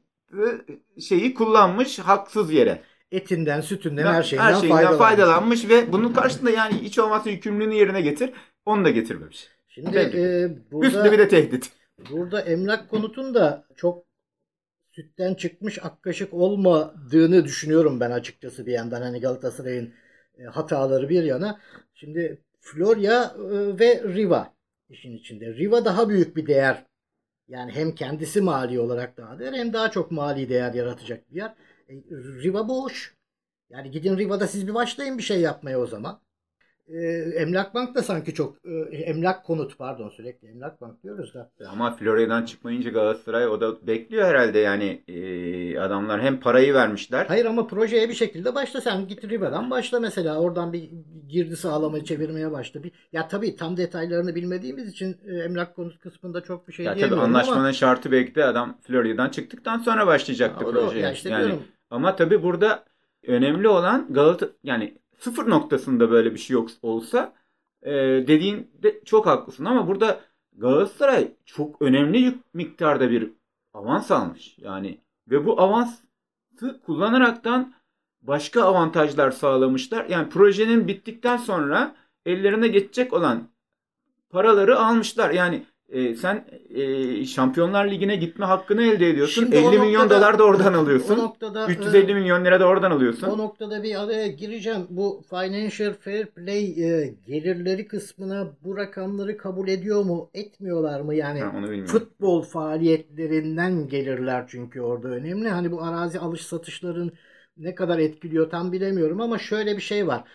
şeyi kullanmış haksız yere. Etinden, sütünden, her şeyinden faydalanmış ve bunun karşılığında yani hiç olmazsa yükümlülüğünü yerine getir. Onu da getirmemiş. Şimdi burada üstüne bir de tehdit. Burada emlak konutun da çok sütten çıkmış ak kaşık olmadığını düşünüyorum ben açıkçası bir yandan. Hani Galatasaray'ın hataları bir yana. Şimdi Florya ve Riva işin içinde. Riva daha büyük bir değer. Yani hem kendisi mali olarak daha değer hem daha çok mali değer yaratacak bir yer. Riva boş. Yani gidin Riva'da siz bir başlayın bir şey yapmaya o zaman. Emlak Bank da sanki çok emlak konut sürekli emlak bank diyoruz da. Ama Florya'dan çıkmayınca Galatasaray o da bekliyor herhalde yani adamlar hem parayı vermişler. Hayır ama projeye bir şekilde başla, sen git Riva'dan başla mesela, oradan bir girdi sağlamayı çevirmeye başla. Ya tabii tam detaylarını bilmediğimiz için emlak konut kısmında çok bir şey diyemiyorum tabii anlaşmanın şartı belki de adam Florya'dan çıktıktan sonra başlayacaktı projeye. Yani, ama tabii burada önemli olan yani sıfır noktasında böyle bir şey olsa dediğinde çok haklısın ama burada Galatasaray çok önemli miktarda bir avans almış. Yani ve bu avansı kullanaraktan başka avantajlar sağlamışlar. Yani projenin bittikten sonra ellerine geçecek olan paraları almışlar. Yani sen Şampiyonlar Ligi'ne gitme hakkını elde ediyorsun. Şimdi 50 milyon dolar da oradan alıyorsun. 350 milyon lira da oradan alıyorsun. O noktada bir araya gireceğim. Bu Financial Fair Play gelirleri kısmına bu rakamları kabul ediyor mu, etmiyorlar mı? Yani futbol faaliyetlerinden gelirler çünkü orada önemli. Hani bu arazi alış satışların ne kadar etkiliyor tam bilemiyorum ama şöyle bir şey var.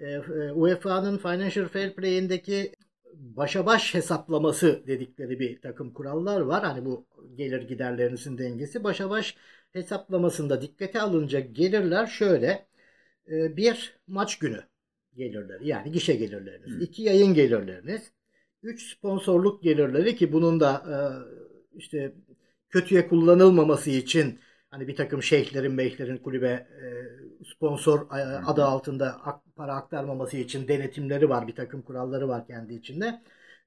UEFA'nın Financial Fair Play'indeki başa baş hesaplaması dedikleri bir takım kurallar var. Hani bu gelir giderlerinizin dengesi. Başa baş hesaplamasında dikkate alınacak gelirler şöyle. Bir, maç günü gelirleri, yani gişe gelirleriniz. 2, yayın gelirleriniz. 3, sponsorluk gelirleri ki bunun da işte kötüye kullanılmaması için hani bir takım şeyhlerin, beylerin kulübe sponsor adı altında para aktarmaması için denetimleri var. Bir takım kuralları var kendi içinde.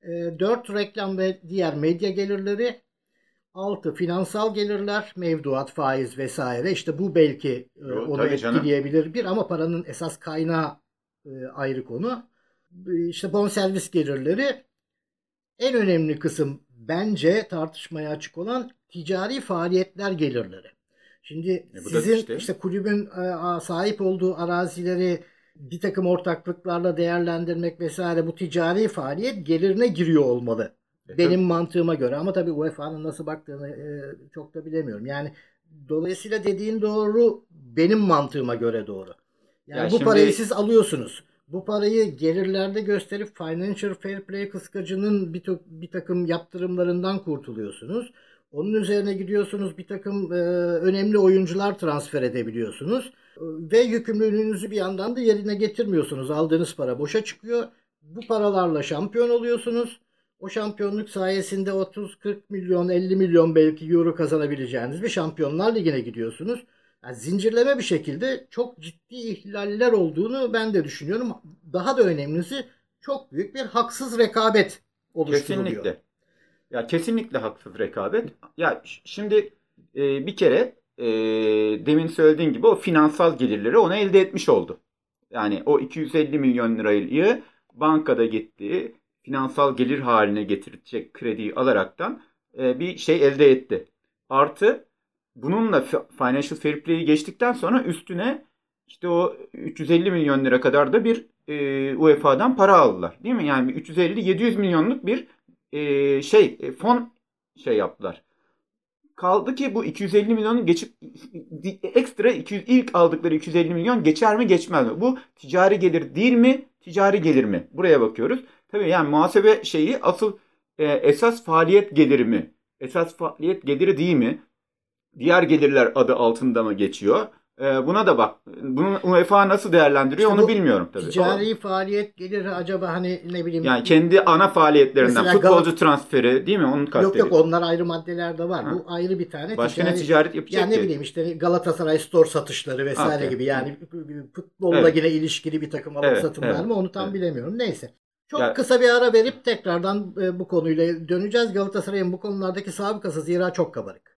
4, reklam ve diğer medya gelirleri. 6, finansal gelirler, mevduat, faiz vesaire. İşte bu belki onu etkileyebilir ama paranın esas kaynağı ayrı konu. İşte bonservis gelirleri. En önemli kısım bence tartışmaya açık olan ticari faaliyetler gelirleri. Şimdi sizin işte kulübün sahip olduğu arazileri bir takım ortaklıklarla değerlendirmek vesaire, bu ticari faaliyet gelirine giriyor olmalı. Benim mantığıma göre ama tabii UEFA'nın nasıl baktığını çok da bilemiyorum. Yani dolayısıyla dediğin doğru, benim mantığıma göre doğru. Yani bu parayı siz alıyorsunuz. Bu parayı gelirlerde gösterip Financial Fair Play kıskacının bir takım yaptırımlarından kurtuluyorsunuz. Onun üzerine gidiyorsunuz, bir takım önemli oyuncular transfer edebiliyorsunuz. Ve yükümlülüğünüzü bir yandan da yerine getirmiyorsunuz. Aldığınız para boşa çıkıyor. Bu paralarla şampiyon oluyorsunuz. O şampiyonluk sayesinde 30-40 milyon, 50 milyon belki euro kazanabileceğiniz bir Şampiyonlar Ligi'ne gidiyorsunuz. Yani zincirleme bir şekilde çok ciddi ihlaller olduğunu ben de düşünüyorum. Daha da önemlisi çok büyük bir haksız rekabet oluşturuluyor. Kesinlikle. Ya kesinlikle haksız rekabet. Ya şimdi bir kere demin söylediğin gibi o finansal gelirleri ona elde etmiş oldu. Yani o 250 milyon lirayı bankada gitti, finansal gelir haline getirecek krediyi alaraktan bir şey elde etti. Artı bununla Financial Fair Play'i geçtikten sonra üstüne işte o 350 milyon lira kadar da bir UEFA'dan para aldılar. Değil mi? Yani 350-700 milyonluk bir fon yaptılar. Kaldı ki bu 250 milyonu geçip ekstra ilk aldıkları 250 milyon geçer mi geçmez mi? Bu ticari gelir değil mi? Ticari gelir mi? Buraya bakıyoruz. Tabii yani muhasebe şeyi asıl esas faaliyet geliri mi? Esas faaliyet geliri değil mi? Diğer gelirler adı altında mı geçiyor? Buna da bak. Bunu UEFA nasıl değerlendiriyor İşte onu bilmiyorum tabii. Ticari faaliyet geliri acaba hani ne bileyim. Yani kendi ana faaliyetlerinden Mesela futbolcu transferi değil mi? Onun kastediyor. Yok onlar ayrı maddelerde var. Bu ayrı bir tane başka ne ticaret yapacak yani ki? ne bileyim işte Galatasaray Store satışları vesaire gibi yani futbolla yine ilişkili bir takım alım satımlar mı onu tam bilemiyorum. Neyse. Çok kısa bir ara verip tekrardan bu konuyla döneceğiz. Galatasaray'ın bu konulardaki sabıkası zira çok kabarık.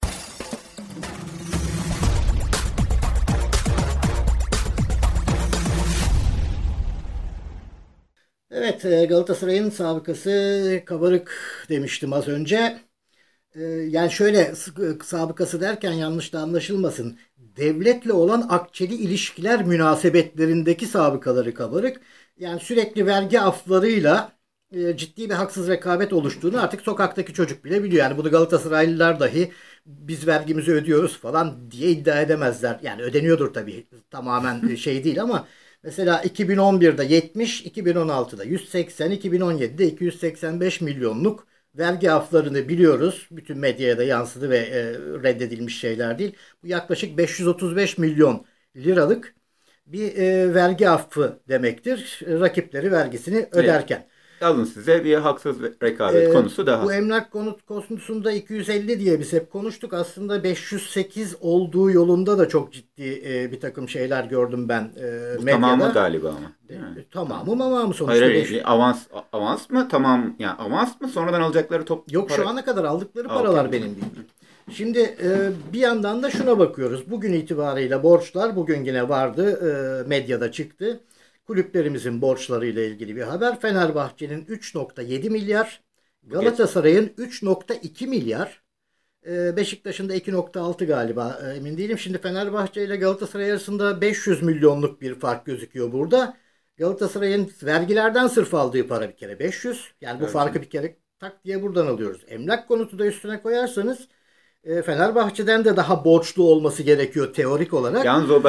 Evet, Galatasaray'ın sabıkası kabarık demiştim az önce. Yani şöyle sabıkası derken yanlış da anlaşılmasın. Devletle olan akçeli ilişkiler münasebetlerindeki sabıkaları kabarık. Yani sürekli vergi aflarıyla ciddi bir haksız rekabet oluştuğunu artık sokaktaki çocuk bile biliyor. Yani bunu Galatasaraylılar dahi biz vergimizi ödüyoruz falan diye iddia edemezler. Yani ödeniyordur tabii, tamamen şey değil ama mesela 2011'de 70, 2016'da 180, 2017'de 285 milyonluk vergi aflarını biliyoruz. Bütün medyaya da yansıdı ve reddedilmiş şeyler değil. Bu yaklaşık 535 milyon liralık bir vergi affı demektir. Rakipleri vergisini öderken. Evet. Alın size bir haksız rekabet konusu daha. Bu emlak konusunda 250 diye biz hep konuştuk. Aslında 508 olduğu yolunda da çok ciddi bir takım şeyler gördüm ben medyada. Tamamı galiba ama. Tamamı sonuçta. Hayır, avans mı? Tamam. Yani avans mı? Sonradan alacakları Yok para... Şu ana kadar aldıkları paralar benim bildiğim. Şimdi bir yandan da şuna bakıyoruz. Bugün itibariyle borçlar bugün yine vardı. Medyada çıktı. Kulüplerimizin borçlarıyla ilgili bir haber. Fenerbahçe'nin 3.7 milyar, Galatasaray'ın 3.2 milyar, Beşiktaş'ın da 2.6 galiba, emin değilim. Şimdi Fenerbahçe ile Galatasaray arasında 500 milyonluk bir fark gözüküyor burada. Galatasaray'ın vergilerden sırf aldığı para bir kere 500. Yani bu farkı bir kere tak diye buradan alıyoruz. Emlak konutu da üstüne koyarsanız Fenerbahçe'den de daha borçlu olması gerekiyor teorik olarak. Yalnız o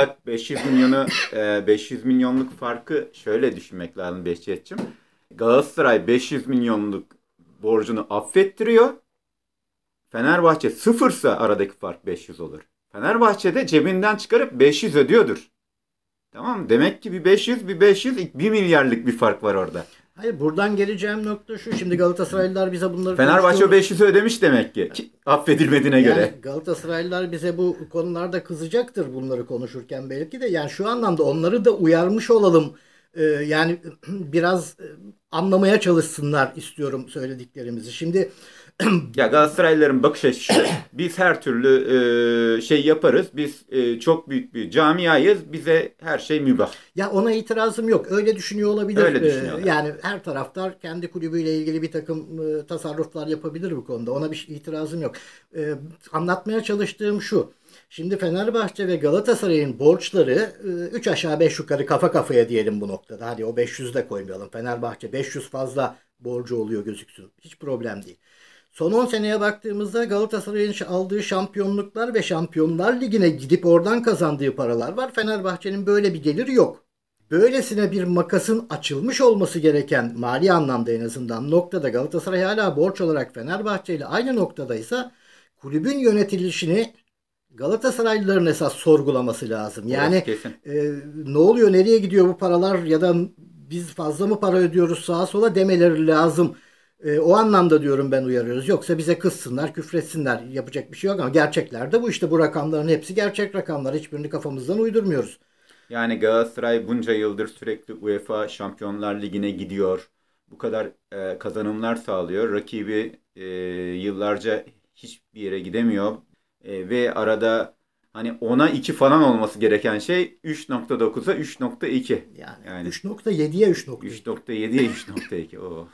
500 milyonluk farkı şöyle düşünmek lazım Behçetciğim. Galatasaray 500 milyonluk borcunu affettiriyor. Fenerbahçe sıfırsa aradaki fark 500 olur. Fenerbahçe de cebinden çıkarıp 500 ödüyordur. Tamam mı? Demek ki bir 500, 1 milyarlık bir fark var orada. Hayır, buradan geleceğim nokta şu. Şimdi Galatasaraylılar bize bunları... Fenerbahçe o 500'ü ödemiş demek ki. Affedilmediğine göre. Galatasaraylılar bize bu konularda kızacaktır bunları konuşurken belki de. Yani şu anlamda onları da uyarmış olalım. Yani biraz anlamaya çalışsınlar istiyorum söylediklerimizi. Şimdi... Ya Galatasaraylıların bakış açısı. Biz her türlü şey yaparız. Biz çok büyük bir camiayız. Bize her şey mübah. Ya ona itirazım yok. Öyle düşünüyor olabilir. Öyle düşünüyorlar. Yani her taraftar kendi kulübüyle ilgili bir takım tasarruflar yapabilir bu konuda. Ona bir itirazım yok. Anlatmaya çalıştığım şu. Şimdi Fenerbahçe ve Galatasaray'ın borçları 3 aşağı 5 yukarı kafa kafaya diyelim bu noktada. Hadi o 500'ü de koymayalım. Fenerbahçe 500 fazla borcu oluyor gözüksün. Hiç problem değil. Son 10 seneye baktığımızda Galatasaray'ın aldığı şampiyonluklar ve Şampiyonlar Ligi'ne gidip oradan kazandığı paralar var. Fenerbahçe'nin böyle bir geliri yok. Böylesine bir makasın açılmış olması gereken mali anlamda en azından noktada Galatasaray hala borç olarak Fenerbahçe ile aynı noktadaysa kulübün yönetilişini Galatasaraylıların esas sorgulaması lazım. Yani ne oluyor, nereye gidiyor bu paralar ya da biz fazla mı para ödüyoruz sağa sola demeleri lazım. O anlamda diyorum ben uyarıyoruz. Yoksa bize kızsınlar, küfretsinler. Yapacak bir şey yok ama gerçeklerde bu işte. Bu rakamların hepsi gerçek rakamlar. Hiçbirini kafamızdan uydurmuyoruz. Yani Galatasaray bunca yıldır sürekli UEFA Şampiyonlar Ligi'ne gidiyor. Bu kadar kazanımlar sağlıyor. Rakibi yıllarca hiçbir yere gidemiyor. Ve arada hani 10'a 2 falan olması gereken şey 3.9'a 3.2. Yani 3.7'ye 3.2. 3.7'ye 3.2. Oh.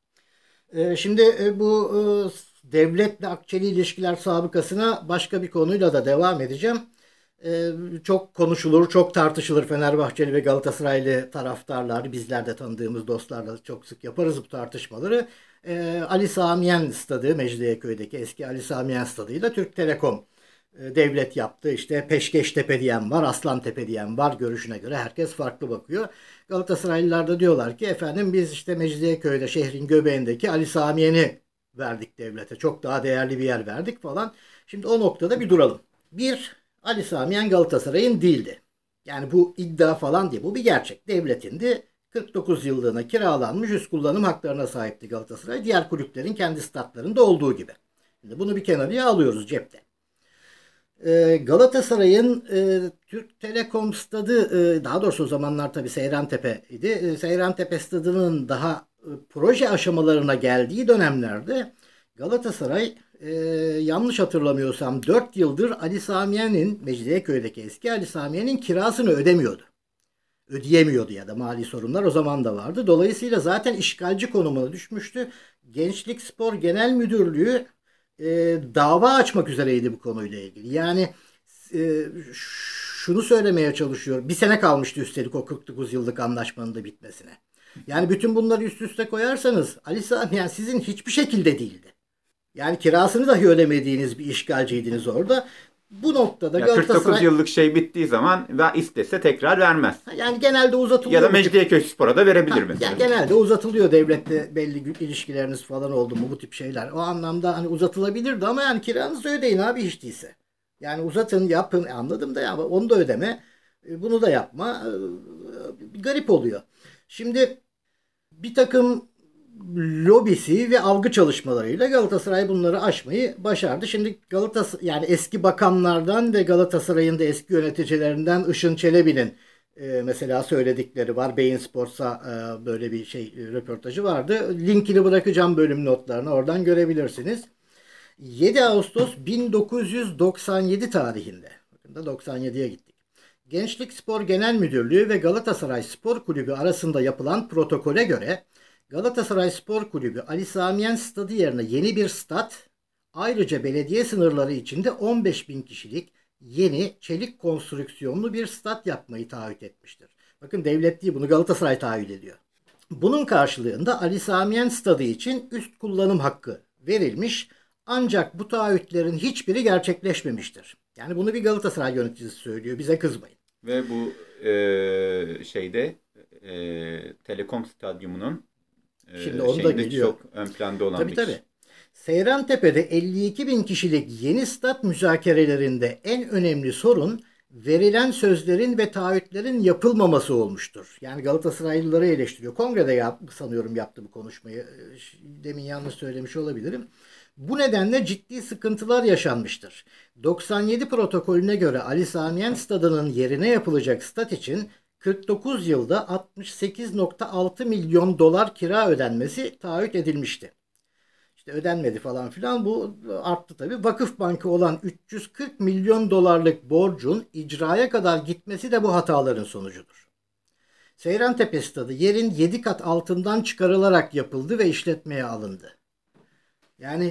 Şimdi bu devletle akçeli ilişkiler sabıkasına başka bir konuyla da devam edeceğim. Çok konuşulur, çok tartışılır Fenerbahçeli ve Galatasaraylı taraftarlar. Bizler de tanıdığımız dostlarla çok sık yaparız bu tartışmaları. Ali Sami Yen Stadı, Mecidiyeköy'deki eski Ali Sami Yen Stadı'yla Türk Telekom devlet yaptı. İşte Peşkeştepe diyen var, Aslantepe diyen var. Görüşüne göre herkes farklı bakıyor. Galatasaraylılar da diyorlar ki efendim biz işte Mecidiyeköy'de şehrin göbeğindeki Ali Sami Yen'i verdik devlete. Çok daha değerli bir yer verdik falan. Şimdi o noktada bir duralım. Bir, Ali Sami Yen Galatasaray'ın değildi. Yani bu iddia falan değil. Bu bir gerçek. Devletindi. 49 yıllığına kiralanmış üst kullanım haklarına sahipti Galatasaray. Diğer kulüplerin kendi statlarında olduğu gibi. Şimdi bunu bir kenarıya alıyoruz cepte. Galatasaray'ın Türk Telekom Stadı, daha doğrusu o zamanlar tabii Seyrantepe idi. Seyrantepe Stadı'nın daha proje aşamalarına geldiği dönemlerde Galatasaray yanlış hatırlamıyorsam 4 yıldır Ali Sami Yen'in, Mecidiyeköy'deki eski Ali Sami Yen'in kirasını ödemiyordu. Ödeyemiyordu ya da mali sorunlar o zaman da vardı. Dolayısıyla zaten işgalci konumuna düşmüştü. Gençlik Spor Genel Müdürlüğü dava açmak üzereydi bu konuyla ilgili. Yani şunu söylemeye çalışıyor. Bir sene kalmıştı üstelik o 49 yıllık anlaşmanın da bitmesine. Yani bütün bunları üst üste koyarsanız Ali Sami Yen sizin hiçbir şekilde değildi. Yani kirasını dahi ödemediğiniz bir işgalciydiniz orada. Bu noktada Galatasaray... 49 yıllık şey bittiği zaman ve istese tekrar vermez. Yani genelde uzatılıyor. Ya da Mecidiyeköy da verebilir mesela. Yani genelde uzatılıyor, devlette belli ilişkileriniz falan oldu mu bu tip şeyler. O anlamda hani uzatılabilirdi ama yani kiranızı ödeyin abi hiç değilse. Yani uzatın, yapın, anladım da ya onu da ödeme, bunu da yapma. Garip oluyor. Şimdi bir takım lobisi ve algı çalışmalarıyla Galatasaray bunları aşmayı başardı. Şimdi yani eski bakanlardan ve Galatasaray'ın da eski yöneticilerinden Işın Çelebi'nin mesela söyledikleri var. Bein Sports'a böyle bir röportajı vardı. Linkini bırakacağım bölüm notlarına. Oradan görebilirsiniz. 7 Ağustos 1997 tarihinde. Bakın da 97'ye gittik. Gençlik Spor Genel Müdürlüğü ve Galatasaray Spor Kulübü arasında yapılan protokole göre Galatasaray Spor Kulübü Ali Sami Yen Stadı yerine yeni bir stat, ayrıca belediye sınırları içinde 15.000 kişilik yeni çelik konstrüksiyonlu bir stat yapmayı taahhüt etmiştir. Bakın devlet değil, bunu Galatasaray taahhüt ediyor. Bunun karşılığında Ali Sami Yen Stadı için üst kullanım hakkı verilmiş, ancak bu taahhütlerin hiçbiri gerçekleşmemiştir. Yani bunu bir Galatasaray yöneticisi söylüyor, bize kızmayın. Ve bu Telekom Stadyumu'nun şimdi onu da geliyor. Çok ön planda olan tabii. Seyrantepe'de 52.000 kişilik yeni stat müzakerelerinde en önemli sorun verilen sözlerin ve taahhütlerin yapılmaması olmuştur. Yani Galatasaraylıları eleştiriyor. Kongrede sanıyorum yaptı bu konuşmayı. Demin yanlış söylemiş olabilirim. Bu nedenle ciddi sıkıntılar yaşanmıştır. 97 protokolüne göre Ali Sami Yen Stadı'nın yerine yapılacak stat için 49 yılda 68.6 milyon dolar kira ödenmesi taahhüt edilmişti. İşte ödenmedi falan filan, bu arttı tabii. Vakıfbank'a olan 340 milyon dolarlık borcun icraya kadar gitmesi de bu hataların sonucudur. Seyrantepe Stadı yerin 7 kat altından çıkarılarak yapıldı ve işletmeye alındı. Yani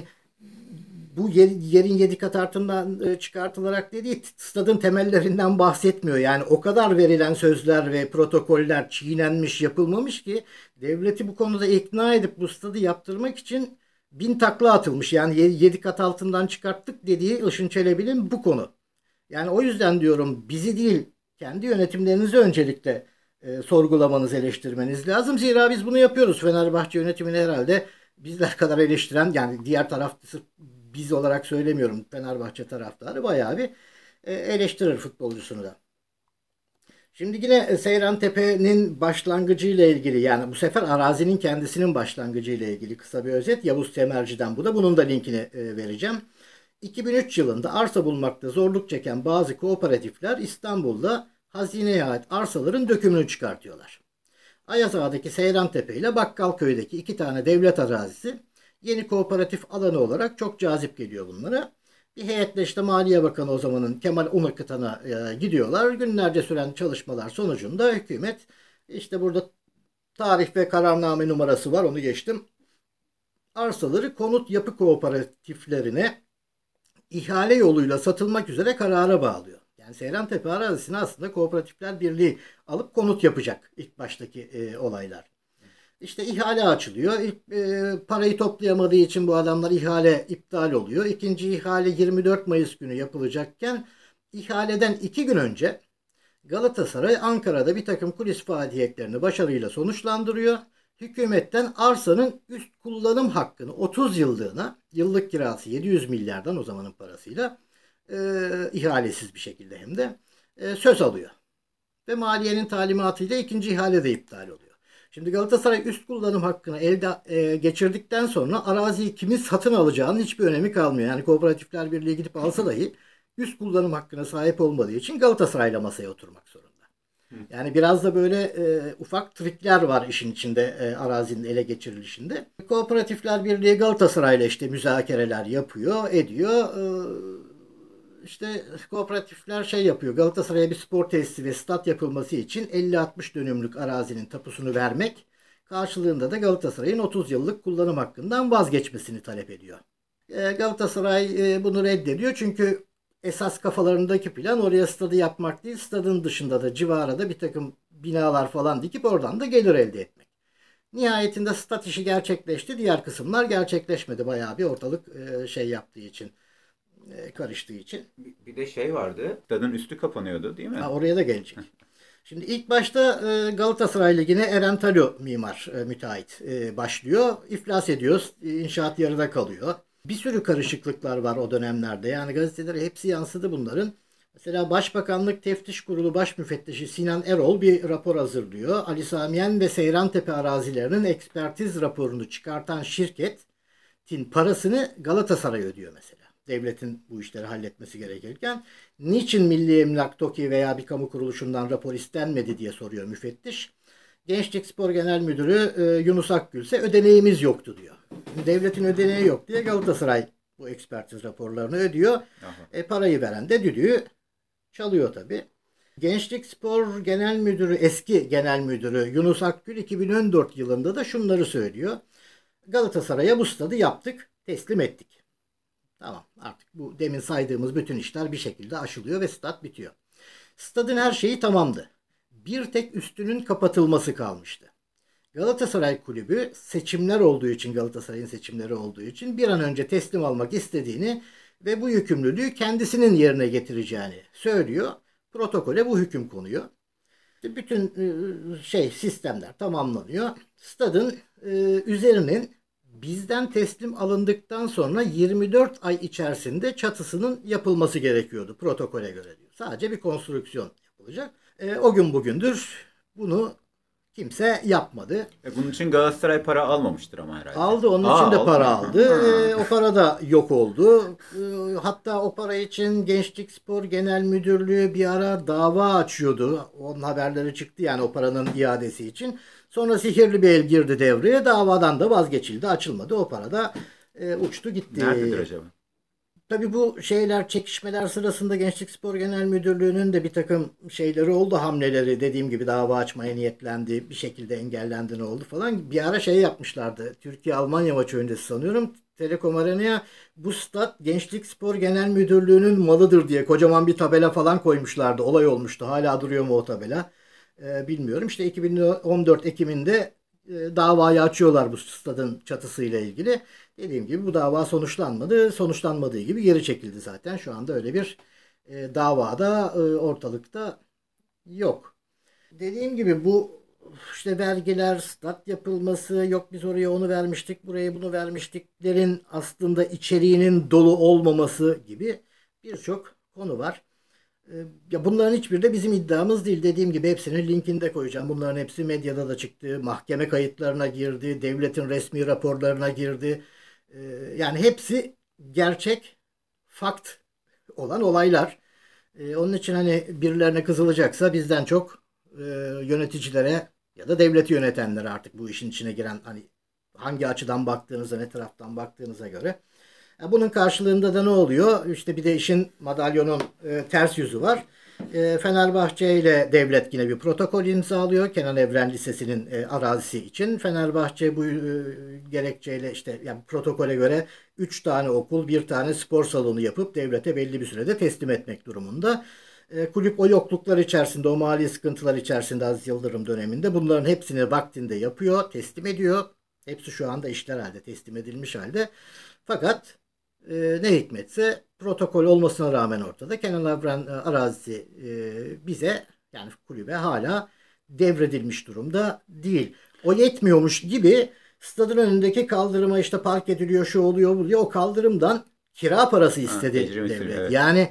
bu yerin 7 kat altından çıkartılarak dediği stadın temellerinden bahsetmiyor. Yani o kadar verilen sözler ve protokoller çiğnenmiş, yapılmamış ki devleti bu konuda ikna edip bu stadı yaptırmak için 1000 takla atılmış. Yani 7 kat altından çıkarttık dediği Işın Çelebi'nin bu konu. Yani o yüzden diyorum, bizi değil kendi yönetimlerinizi öncelikle sorgulamanız, eleştirmeniz lazım. Zira biz bunu yapıyoruz. Fenerbahçe yönetimini herhalde bizler kadar eleştiren, yani diğer taraf biz olarak söylemiyorum, Fenerbahçe taraftarı bayağı bir eleştirir futbolcusunu da. Şimdi yine Seyrantepe'nin başlangıcıyla ilgili, yani bu sefer arazinin kendisinin başlangıcıyla ilgili kısa bir özet Yavuz Temerci'den bu da. Bunun da linkini vereceğim. 2003 yılında arsa bulmakta zorluk çeken bazı kooperatifler İstanbul'da hazineye ait arsaların dökümünü çıkartıyorlar. Ayazağa'daki Seyrantepe ile Bakkalköy'deki 2 tane devlet arazisi yeni kooperatif alanı olarak çok cazip geliyor bunlara. Bir heyetle işte Maliye Bakanı o zamanın Kemal Unakıtan'a gidiyorlar. Günlerce süren çalışmalar sonucunda hükümet, işte burada tarih ve kararname numarası var, onu geçtim, arsaları konut yapı kooperatiflerine ihale yoluyla satılmak üzere karara bağlıyor. Yani Seyrantepe arazisini aslında Kooperatifler Birliği alıp konut yapacak ilk baştaki olaylar. İşte ihale açılıyor. Parayı toplayamadığı için bu adamlar ihale iptal oluyor. İkinci ihale 24 Mayıs günü yapılacakken ihaleden 2 gün önce Galatasaray Ankara'da bir takım kulis faaliyetlerini başarıyla sonuçlandırıyor. Hükümetten arsanın üst kullanım hakkını 30 yıllığına, yıllık kirası 700 milyardan o zamanın parasıyla ihalesiz bir şekilde hem de söz alıyor. Ve maliyenin talimatıyla ikinci ihale de iptal oluyor. Şimdi Galatasaray üst kullanım hakkını elde geçirdikten sonra araziyi kimin satın alacağının hiçbir önemi kalmıyor. Yani Kooperatifler Birliği gidip alsa dahi üst kullanım hakkına sahip olmadığı için Galatasaray'la masaya oturmak zorunda. Yani biraz da böyle ufak trikler var işin içinde arazinin ele geçirilişinde. Kooperatifler Birliği Galatasaray'la işte müzakereler yapıyor, ediyor. İşte kooperatifler şey yapıyor. Galatasaray'a bir spor tesisi ve stat yapılması için 50-60 dönümlük arazinin tapusunu vermek, karşılığında da Galatasaray'ın 30 yıllık kullanım hakkından vazgeçmesini talep ediyor. Galatasaray bunu reddediyor çünkü esas kafalarındaki plan oraya stadı yapmak değil, stadın dışında da civara da bir takım binalar falan dikip oradan da gelir elde etmek. Nihayetinde stat işi gerçekleşti. Diğer kısımlar gerçekleşmedi. Bayağı bir ortalık şey yaptığı için, karıştığı için. Bir de şey vardı. Stadın üstü kapanıyordu değil mi? Oraya da gelecek. Şimdi ilk başta Galatasaray Ligi'ne Eren Talo mimar müteahhit başlıyor. İflas ediyor. İnşaat yarıda kalıyor. Bir sürü karışıklıklar var o dönemlerde. Yani gazetelere hepsi yansıdı bunların. Mesela Başbakanlık Teftiş Kurulu Baş Müfettişi Sinan Erol bir rapor hazırlıyor. Ali Samiyen ve Seyrantepe arazilerinin ekspertiz raporunu çıkartan şirketin parasını Galatasaray ödüyor mesela. Devletin bu işleri halletmesi gerekirken niçin Milli Emlak, TOKİ veya bir kamu kuruluşundan rapor istenmedi diye soruyor müfettiş. Gençlik Spor Genel Müdürü Yunus Akgül ise ödeneğimiz yoktu diyor. Devletin ödeneği yok diye Galatasaray bu ekspertiz raporlarını ödüyor. Parayı veren de düdüğü çalıyor tabii. Gençlik Spor Genel Müdürü, eski Genel Müdürü Yunus Akgül 2014 yılında da şunları söylüyor. Galatasaray'a bu stadı yaptık, teslim ettik. Tamam, artık bu demin saydığımız bütün işler bir şekilde aşılıyor ve stat bitiyor. Stadın her şeyi tamamdı. Bir tek üstünün kapatılması kalmıştı. Galatasaray Kulübü seçimler olduğu için, Galatasaray'ın seçimleri olduğu için bir an önce teslim almak istediğini ve bu yükümlülüğü kendisinin yerine getireceğini söylüyor. Protokole bu hüküm konuyor. Bütün sistemler tamamlanıyor. Stadın üzerinin bizden teslim alındıktan sonra 24 ay içerisinde çatısının yapılması gerekiyordu protokole göre diyor. Sadece bir konstrüksiyon yapılacak. O gün bugündür bunu kimse yapmadı. Bunun için Galatasaray para almamıştır ama herhalde. Aldı, onun için de para aldı. O para da yok oldu. Hatta o para için Gençlik Spor Genel Müdürlüğü bir ara dava açıyordu. Onun haberleri çıktı yani o paranın iadesi için. Sonra sihirli bir el girdi devreye. Davadan da vazgeçildi, açılmadı. O para da uçtu gitti. Nerededir acaba? Tabii bu çekişmeler sırasında Gençlik Spor Genel Müdürlüğü'nün de bir takım şeyleri oldu, hamleleri. Dediğim gibi dava açmaya niyetlendi, bir şekilde engellendi, ne oldu falan. Bir ara yapmışlardı. Türkiye-Almanya maçı öncesi sanıyorum. Telekom Arena'ya bu stat Gençlik Spor Genel Müdürlüğü'nün malıdır diye kocaman bir tabela falan koymuşlardı. Olay olmuştu. Hala duruyor mu o tabela? Bilmiyorum. İşte 2014 Ekim'inde davayı açıyorlar bu stadın çatısıyla ilgili. Dediğim gibi bu dava sonuçlanmadı. Sonuçlanmadığı gibi geri çekildi zaten. Şu anda öyle bir davada ortalıkta yok. Dediğim gibi bu işte vergiler, stat yapılması, yok biz oraya onu vermiştik, buraya bunu vermiştiklerin aslında içeriğinin dolu olmaması gibi birçok konu var. Ya bunların hiçbiri de bizim iddiamız değil. Dediğim gibi hepsinin linkini de koyacağım. Bunların hepsi medyada da çıktı. Mahkeme kayıtlarına girdi. Devletin resmi raporlarına girdi. Yani hepsi gerçek, fakt olan olaylar. Onun için hani birilerine kızılacaksa bizden çok yöneticilere ya da devleti yönetenlere, artık bu işin içine giren, hani hangi açıdan baktığınıza, ne taraftan baktığınıza göre. Bunun karşılığında da ne oluyor? İşte bir de işin, madalyonun ters yüzü var. Fenerbahçe ile devlet yine bir protokol imzalıyor. Kenan Evren Lisesi'nin arazisi için. Fenerbahçe bu gerekçeyle işte yani protokole göre 3 tane okul, 1 tane spor salonu yapıp devlete belli bir sürede teslim etmek durumunda. Kulüp o yokluklar içerisinde, o mali sıkıntılar içerisinde Aziz Yıldırım döneminde bunların hepsini vaktinde yapıyor, teslim ediyor. Hepsi şu anda işler halde, teslim edilmiş halde. Fakat ne hikmetse protokol olmasına rağmen ortada Kenan Evren arazisi bize, yani kulübe hala devredilmiş durumda değil. O yetmiyormuş gibi stadın önündeki kaldırıma işte park ediliyor, şu oluyor, bu oluyor. O kaldırımdan kira parası istedi devlet. Evet. Yani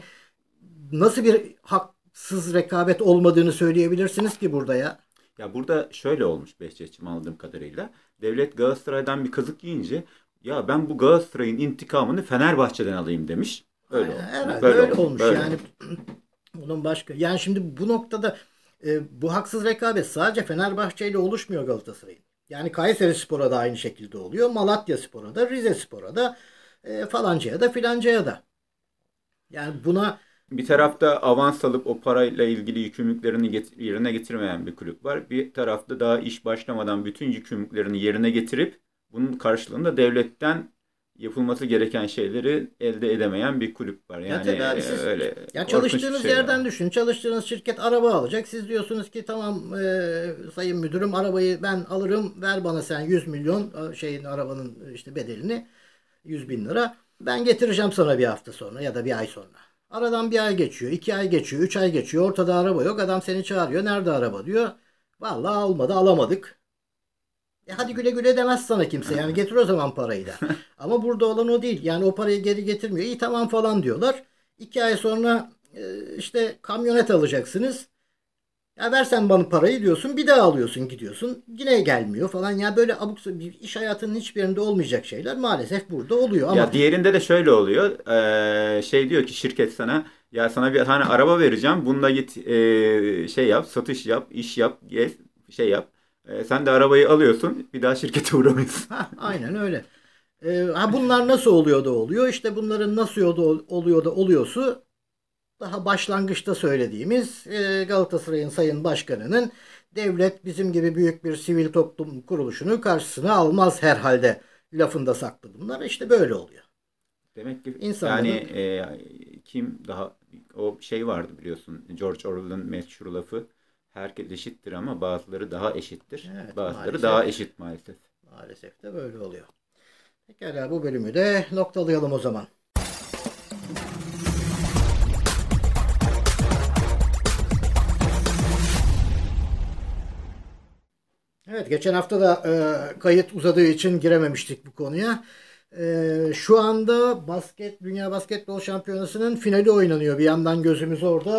nasıl bir haksız rekabet olmadığını söyleyebilirsiniz ki burada ya? Ya burada şöyle olmuş Behçetçiğim, aldığım kadarıyla. Devlet Galatasaray'dan bir kazık yiyince ya ben bu Galatasaray'ın intikamını Fenerbahçe'den alayım demiş. Öyle olmuş. Herhalde Böyle öyle olmuş. Böyle Yani bunun başka. Yani şimdi bu noktada bu haksız rekabet sadece Fenerbahçe ile oluşmuyor Galatasaray'ın. Yani Kayserispor'a da aynı şekilde oluyor. Malatyaspor'a da, Rizespor'a da, falancaya da, filancaya da. Yani buna bir tarafta avans alıp o parayla ilgili yükümlülüklerini yerine getirmeyen bir kulüp var. Bir tarafta daha iş başlamadan bütün yükümlülüklerini yerine getirip bunun karşılığında devletten yapılması gereken şeyleri elde edemeyen bir kulüp var. Yani öyle. Ya çalıştığınız şey yerden yani. düşün. Çalıştığınız şirket araba alacak. Siz diyorsunuz ki tamam sayın müdürüm, arabayı ben alırım. Ver bana sen 100 milyon arabanın işte bedelini, 100 bin lira. Ben getireceğim sana bir hafta sonra ya da bir ay sonra. Aradan bir ay geçiyor, 2 ay geçiyor, 3 ay geçiyor. Ortada araba yok. Adam seni çağırıyor. Nerede araba diyor. Vallahi olmadı, alamadık. Hadi güle güle demez sana kimse. Yani getir o zaman parayı da. Ama burada olan o değil. Yani o parayı geri getirmiyor. İyi tamam falan diyorlar. 2 ay sonra işte kamyonet alacaksınız. Ya versen bana parayı diyorsun. Bir daha alıyorsun, gidiyorsun. Yine gelmiyor falan. Ya böyle abuk bir iş hayatının hiçbirinde olmayacak şeyler maalesef burada oluyor. Ama Ya diğerinde de şöyle oluyor. Şey diyor ki şirket sana, ya sana bir tane araba vereceğim. Bununla git şey yap, satış yap, iş yap, gez, şey yap. Sen de arabayı alıyorsun. Bir daha şirkete uğramıyorsun. Aynen öyle. Bunlar nasıl oluyor da oluyor? İşte bunların nasıl oluyor da oluyorsu daha başlangıçta söylediğimiz Galatasaray'ın sayın başkanının devlet bizim gibi büyük bir sivil toplum kuruluşunu karşısına almaz herhalde lafında saklı bunlar. İşte böyle oluyor. Demek ki İnsanların... yani kim daha, o şey vardı biliyorsun, George Orwell'ın meşhur lafı, herkes eşittir ama bazıları daha eşittir. Evet, bazıları maalesef. daha eşit maalesef. Maalesef de böyle oluyor. Pekala, bu bölümü de noktalayalım o zaman. Evet, geçen hafta da kayıt uzadığı için girememiştik bu konuya. Şu anda Dünya Basketbol Şampiyonası'nın finali oynanıyor. Bir yandan gözümüz orada.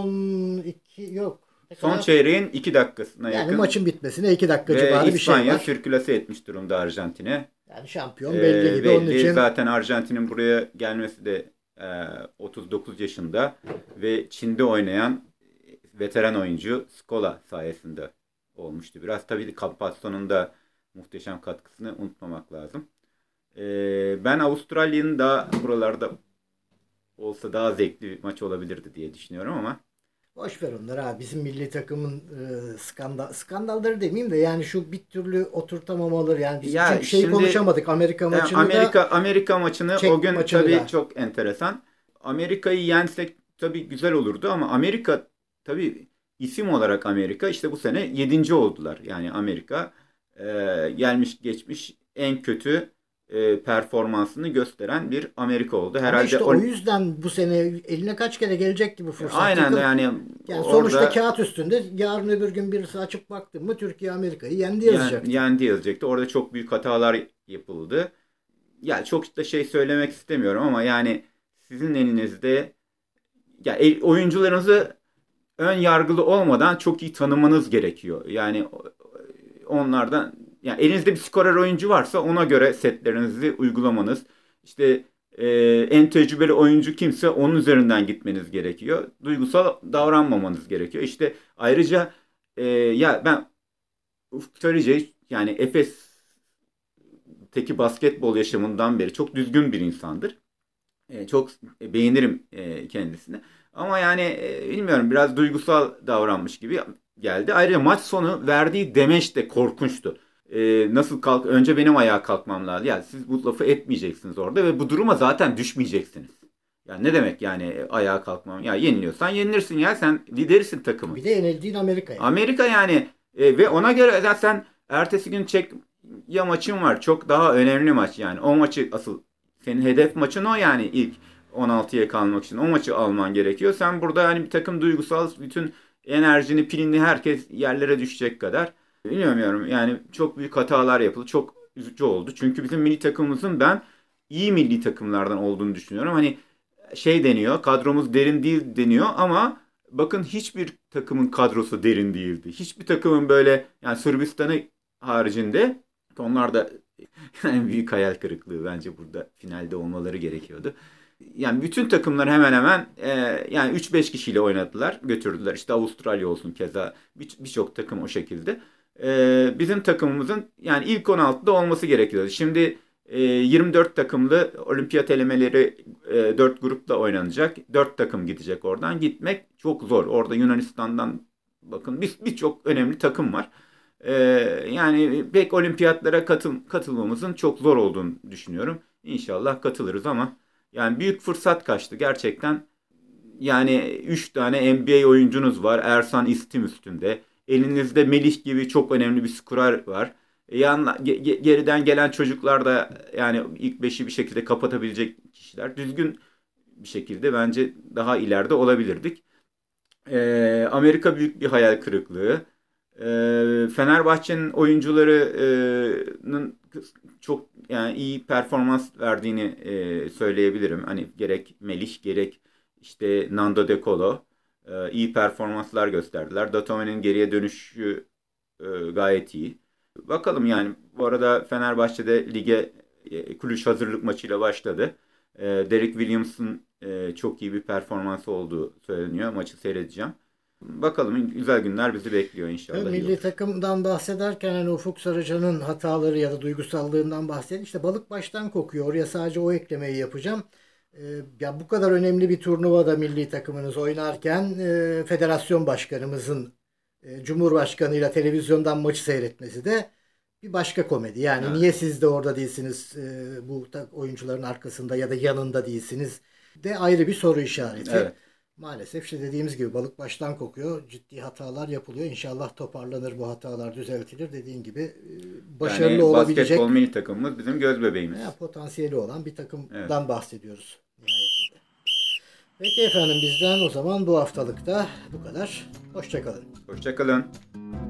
Son çeyreğin 2 dakikasına yakın. Yani maçın bitmesine 2 dakika ve civarı bir şey var. İspanya sirkülase etmiş durumda Arjantin'e. Yani şampiyon belli gibi. Onun için zaten Arjantin'in buraya gelmesi de 39 yaşında ve Çin'de oynayan veteran oyuncu Scola sayesinde olmuştu. Biraz tabii Campasson'un da muhteşem katkısını unutmamak lazım. Ben Avustralya'nın da buralarda olsa daha zevkli bir maç olabilirdi diye düşünüyorum ama boş ver onları abi. Bizim milli takımın skandalları demeyeyim de yani şu bir türlü oturtamamaları, yani biz ya çok şeyi konuşamadık. Amerika maçını Amerika maçını o gün tabii da çok enteresan. Amerika'yı yensek tabii güzel olurdu ama Amerika tabii isim olarak Amerika işte bu sene 7. oldular. Yani Amerika gelmiş geçmiş en kötü performansını gösteren bir Amerika oldu. Herhalde ama işte o yüzden bu sene eline kaç kere gelecekti bu fırsat. Aynen yani sonuçta orada, kağıt üstünde yarın öbür gün birisi açıp baktı mı Türkiye Amerika'yı yendi yazacaktı. Yendi yazacaktı. Orada çok büyük hatalar yapıldı. Yani çok da şey söylemek istemiyorum ama yani sizin elinizde ya oyuncularınızı ön yargılı olmadan çok iyi tanımanız gerekiyor. Yani onlardan, yani elinizde bir skorer oyuncu varsa ona göre setlerinizi uygulamanız, işte en tecrübeli oyuncu kimse onun üzerinden gitmeniz gerekiyor. Duygusal davranmamanız gerekiyor. İşte ayrıca ya ben Ufuk Sarıcı, yani Efes'teki basketbol yaşamından beri çok düzgün bir insandır. Çok beğenirim kendisini. Ama yani bilmiyorum, biraz duygusal davranmış gibi geldi. Ayrıca maç sonu verdiği demeç de korkunçtu. Nasıl önce benim ayağa kalkmam lazım. Yani siz bu lafı etmeyeceksiniz orada ve bu duruma zaten düşmeyeceksiniz. Yani ne demek yani ayağa kalkmam? Ya yeniliyorsan yenilirsin ya, sen lidersin takımı. Bir de yenildiğin Amerika yani. Amerika yani ve ona göre zaten ertesi gün Çekya maçın var. Çok daha önemli maç yani. O maçı asıl senin hedef maçın o yani, ilk 16'ya kalmak için o maçı alman gerekiyor. Sen burada hani bir takım duygusal bütün enerjini, pilini herkes yerlere düşecek kadar. Bilmiyorum yani, çok büyük hatalar yapıldı. Çok üzücü oldu. Çünkü bizim milli takımımızın ben iyi milli takımlardan olduğunu düşünüyorum. Hani şey deniyor, kadromuz derin değil deniyor ama bakın hiçbir takımın kadrosu derin değildi. Hiçbir takımın böyle, yani Sırbistan'ı haricinde, onlar da yani büyük hayal kırıklığı, bence burada finalde olmaları gerekiyordu. Yani bütün takımlar hemen hemen yani 3-5 kişiyle oynadılar, götürdüler. İşte Avustralya olsun keza, birçok takım o şekilde. Bizim takımımızın yani ilk 16'da olması gerekiyordu. Şimdi 24 takımlı olimpiyat elemeleri 4 grupla oynanacak. 4 takım gidecek oradan. Gitmek çok zor. Orada Yunanistan'dan bakın birçok önemli takım var. Yani pek olimpiyatlara katılmamızın çok zor olduğunu düşünüyorum. İnşallah katılırız ama yani büyük fırsat kaçtı gerçekten. Yani 3 tane NBA oyuncunuz var. Ersan İstim üstünde. Elinizde Melih gibi çok önemli bir skorer var. Geriden gelen çocuklar da yani ilk beşi bir şekilde kapatabilecek kişiler. Düzgün bir şekilde bence daha ileride olabilirdik. Amerika büyük bir hayal kırıklığı. Fenerbahçe'nin oyuncularının çok yani iyi performans verdiğini söyleyebilirim. Hani gerek Melih gerek işte Nando De Colo iyi performanslar gösterdiler. Datome'nin geriye dönüşü gayet iyi. Bakalım yani, bu arada Fenerbahçe'de lige Kulüş hazırlık maçıyla başladı. Derek Williams'ın çok iyi bir performansı olduğu söyleniyor. Maçı seyredeceğim. Bakalım, güzel günler bizi bekliyor inşallah. Milli takımdan bahsederken hani Ufuk Sarıcan'ın hataları ya da duygusallığından bahsedin. İşte balık baştan kokuyor. Oraya sadece o eklemeyi yapacağım. Ya bu kadar önemli bir turnuvada milli takımınız oynarken federasyon başkanımızın Cumhurbaşkanıyla televizyondan maçı seyretmesi de bir başka komedi. Yani evet. Niye siz de orada değilsiniz, bu oyuncuların arkasında ya da yanında değilsiniz de ayrı bir soru işareti. Evet. Maalesef işte dediğimiz gibi balık baştan kokuyor. Ciddi hatalar yapılıyor. İnşallah toparlanır, bu hatalar düzeltilir. Dediğin gibi başarılı yani olabilecek. Basketbol milli takımımız bizim göz bebeğimiz. Potansiyeli olan bir takımdan bahsediyoruz nihayetinde. Peki efendim, bizden o zaman bu haftalıkta bu kadar. Hoşça kalın. Hoşça kalın.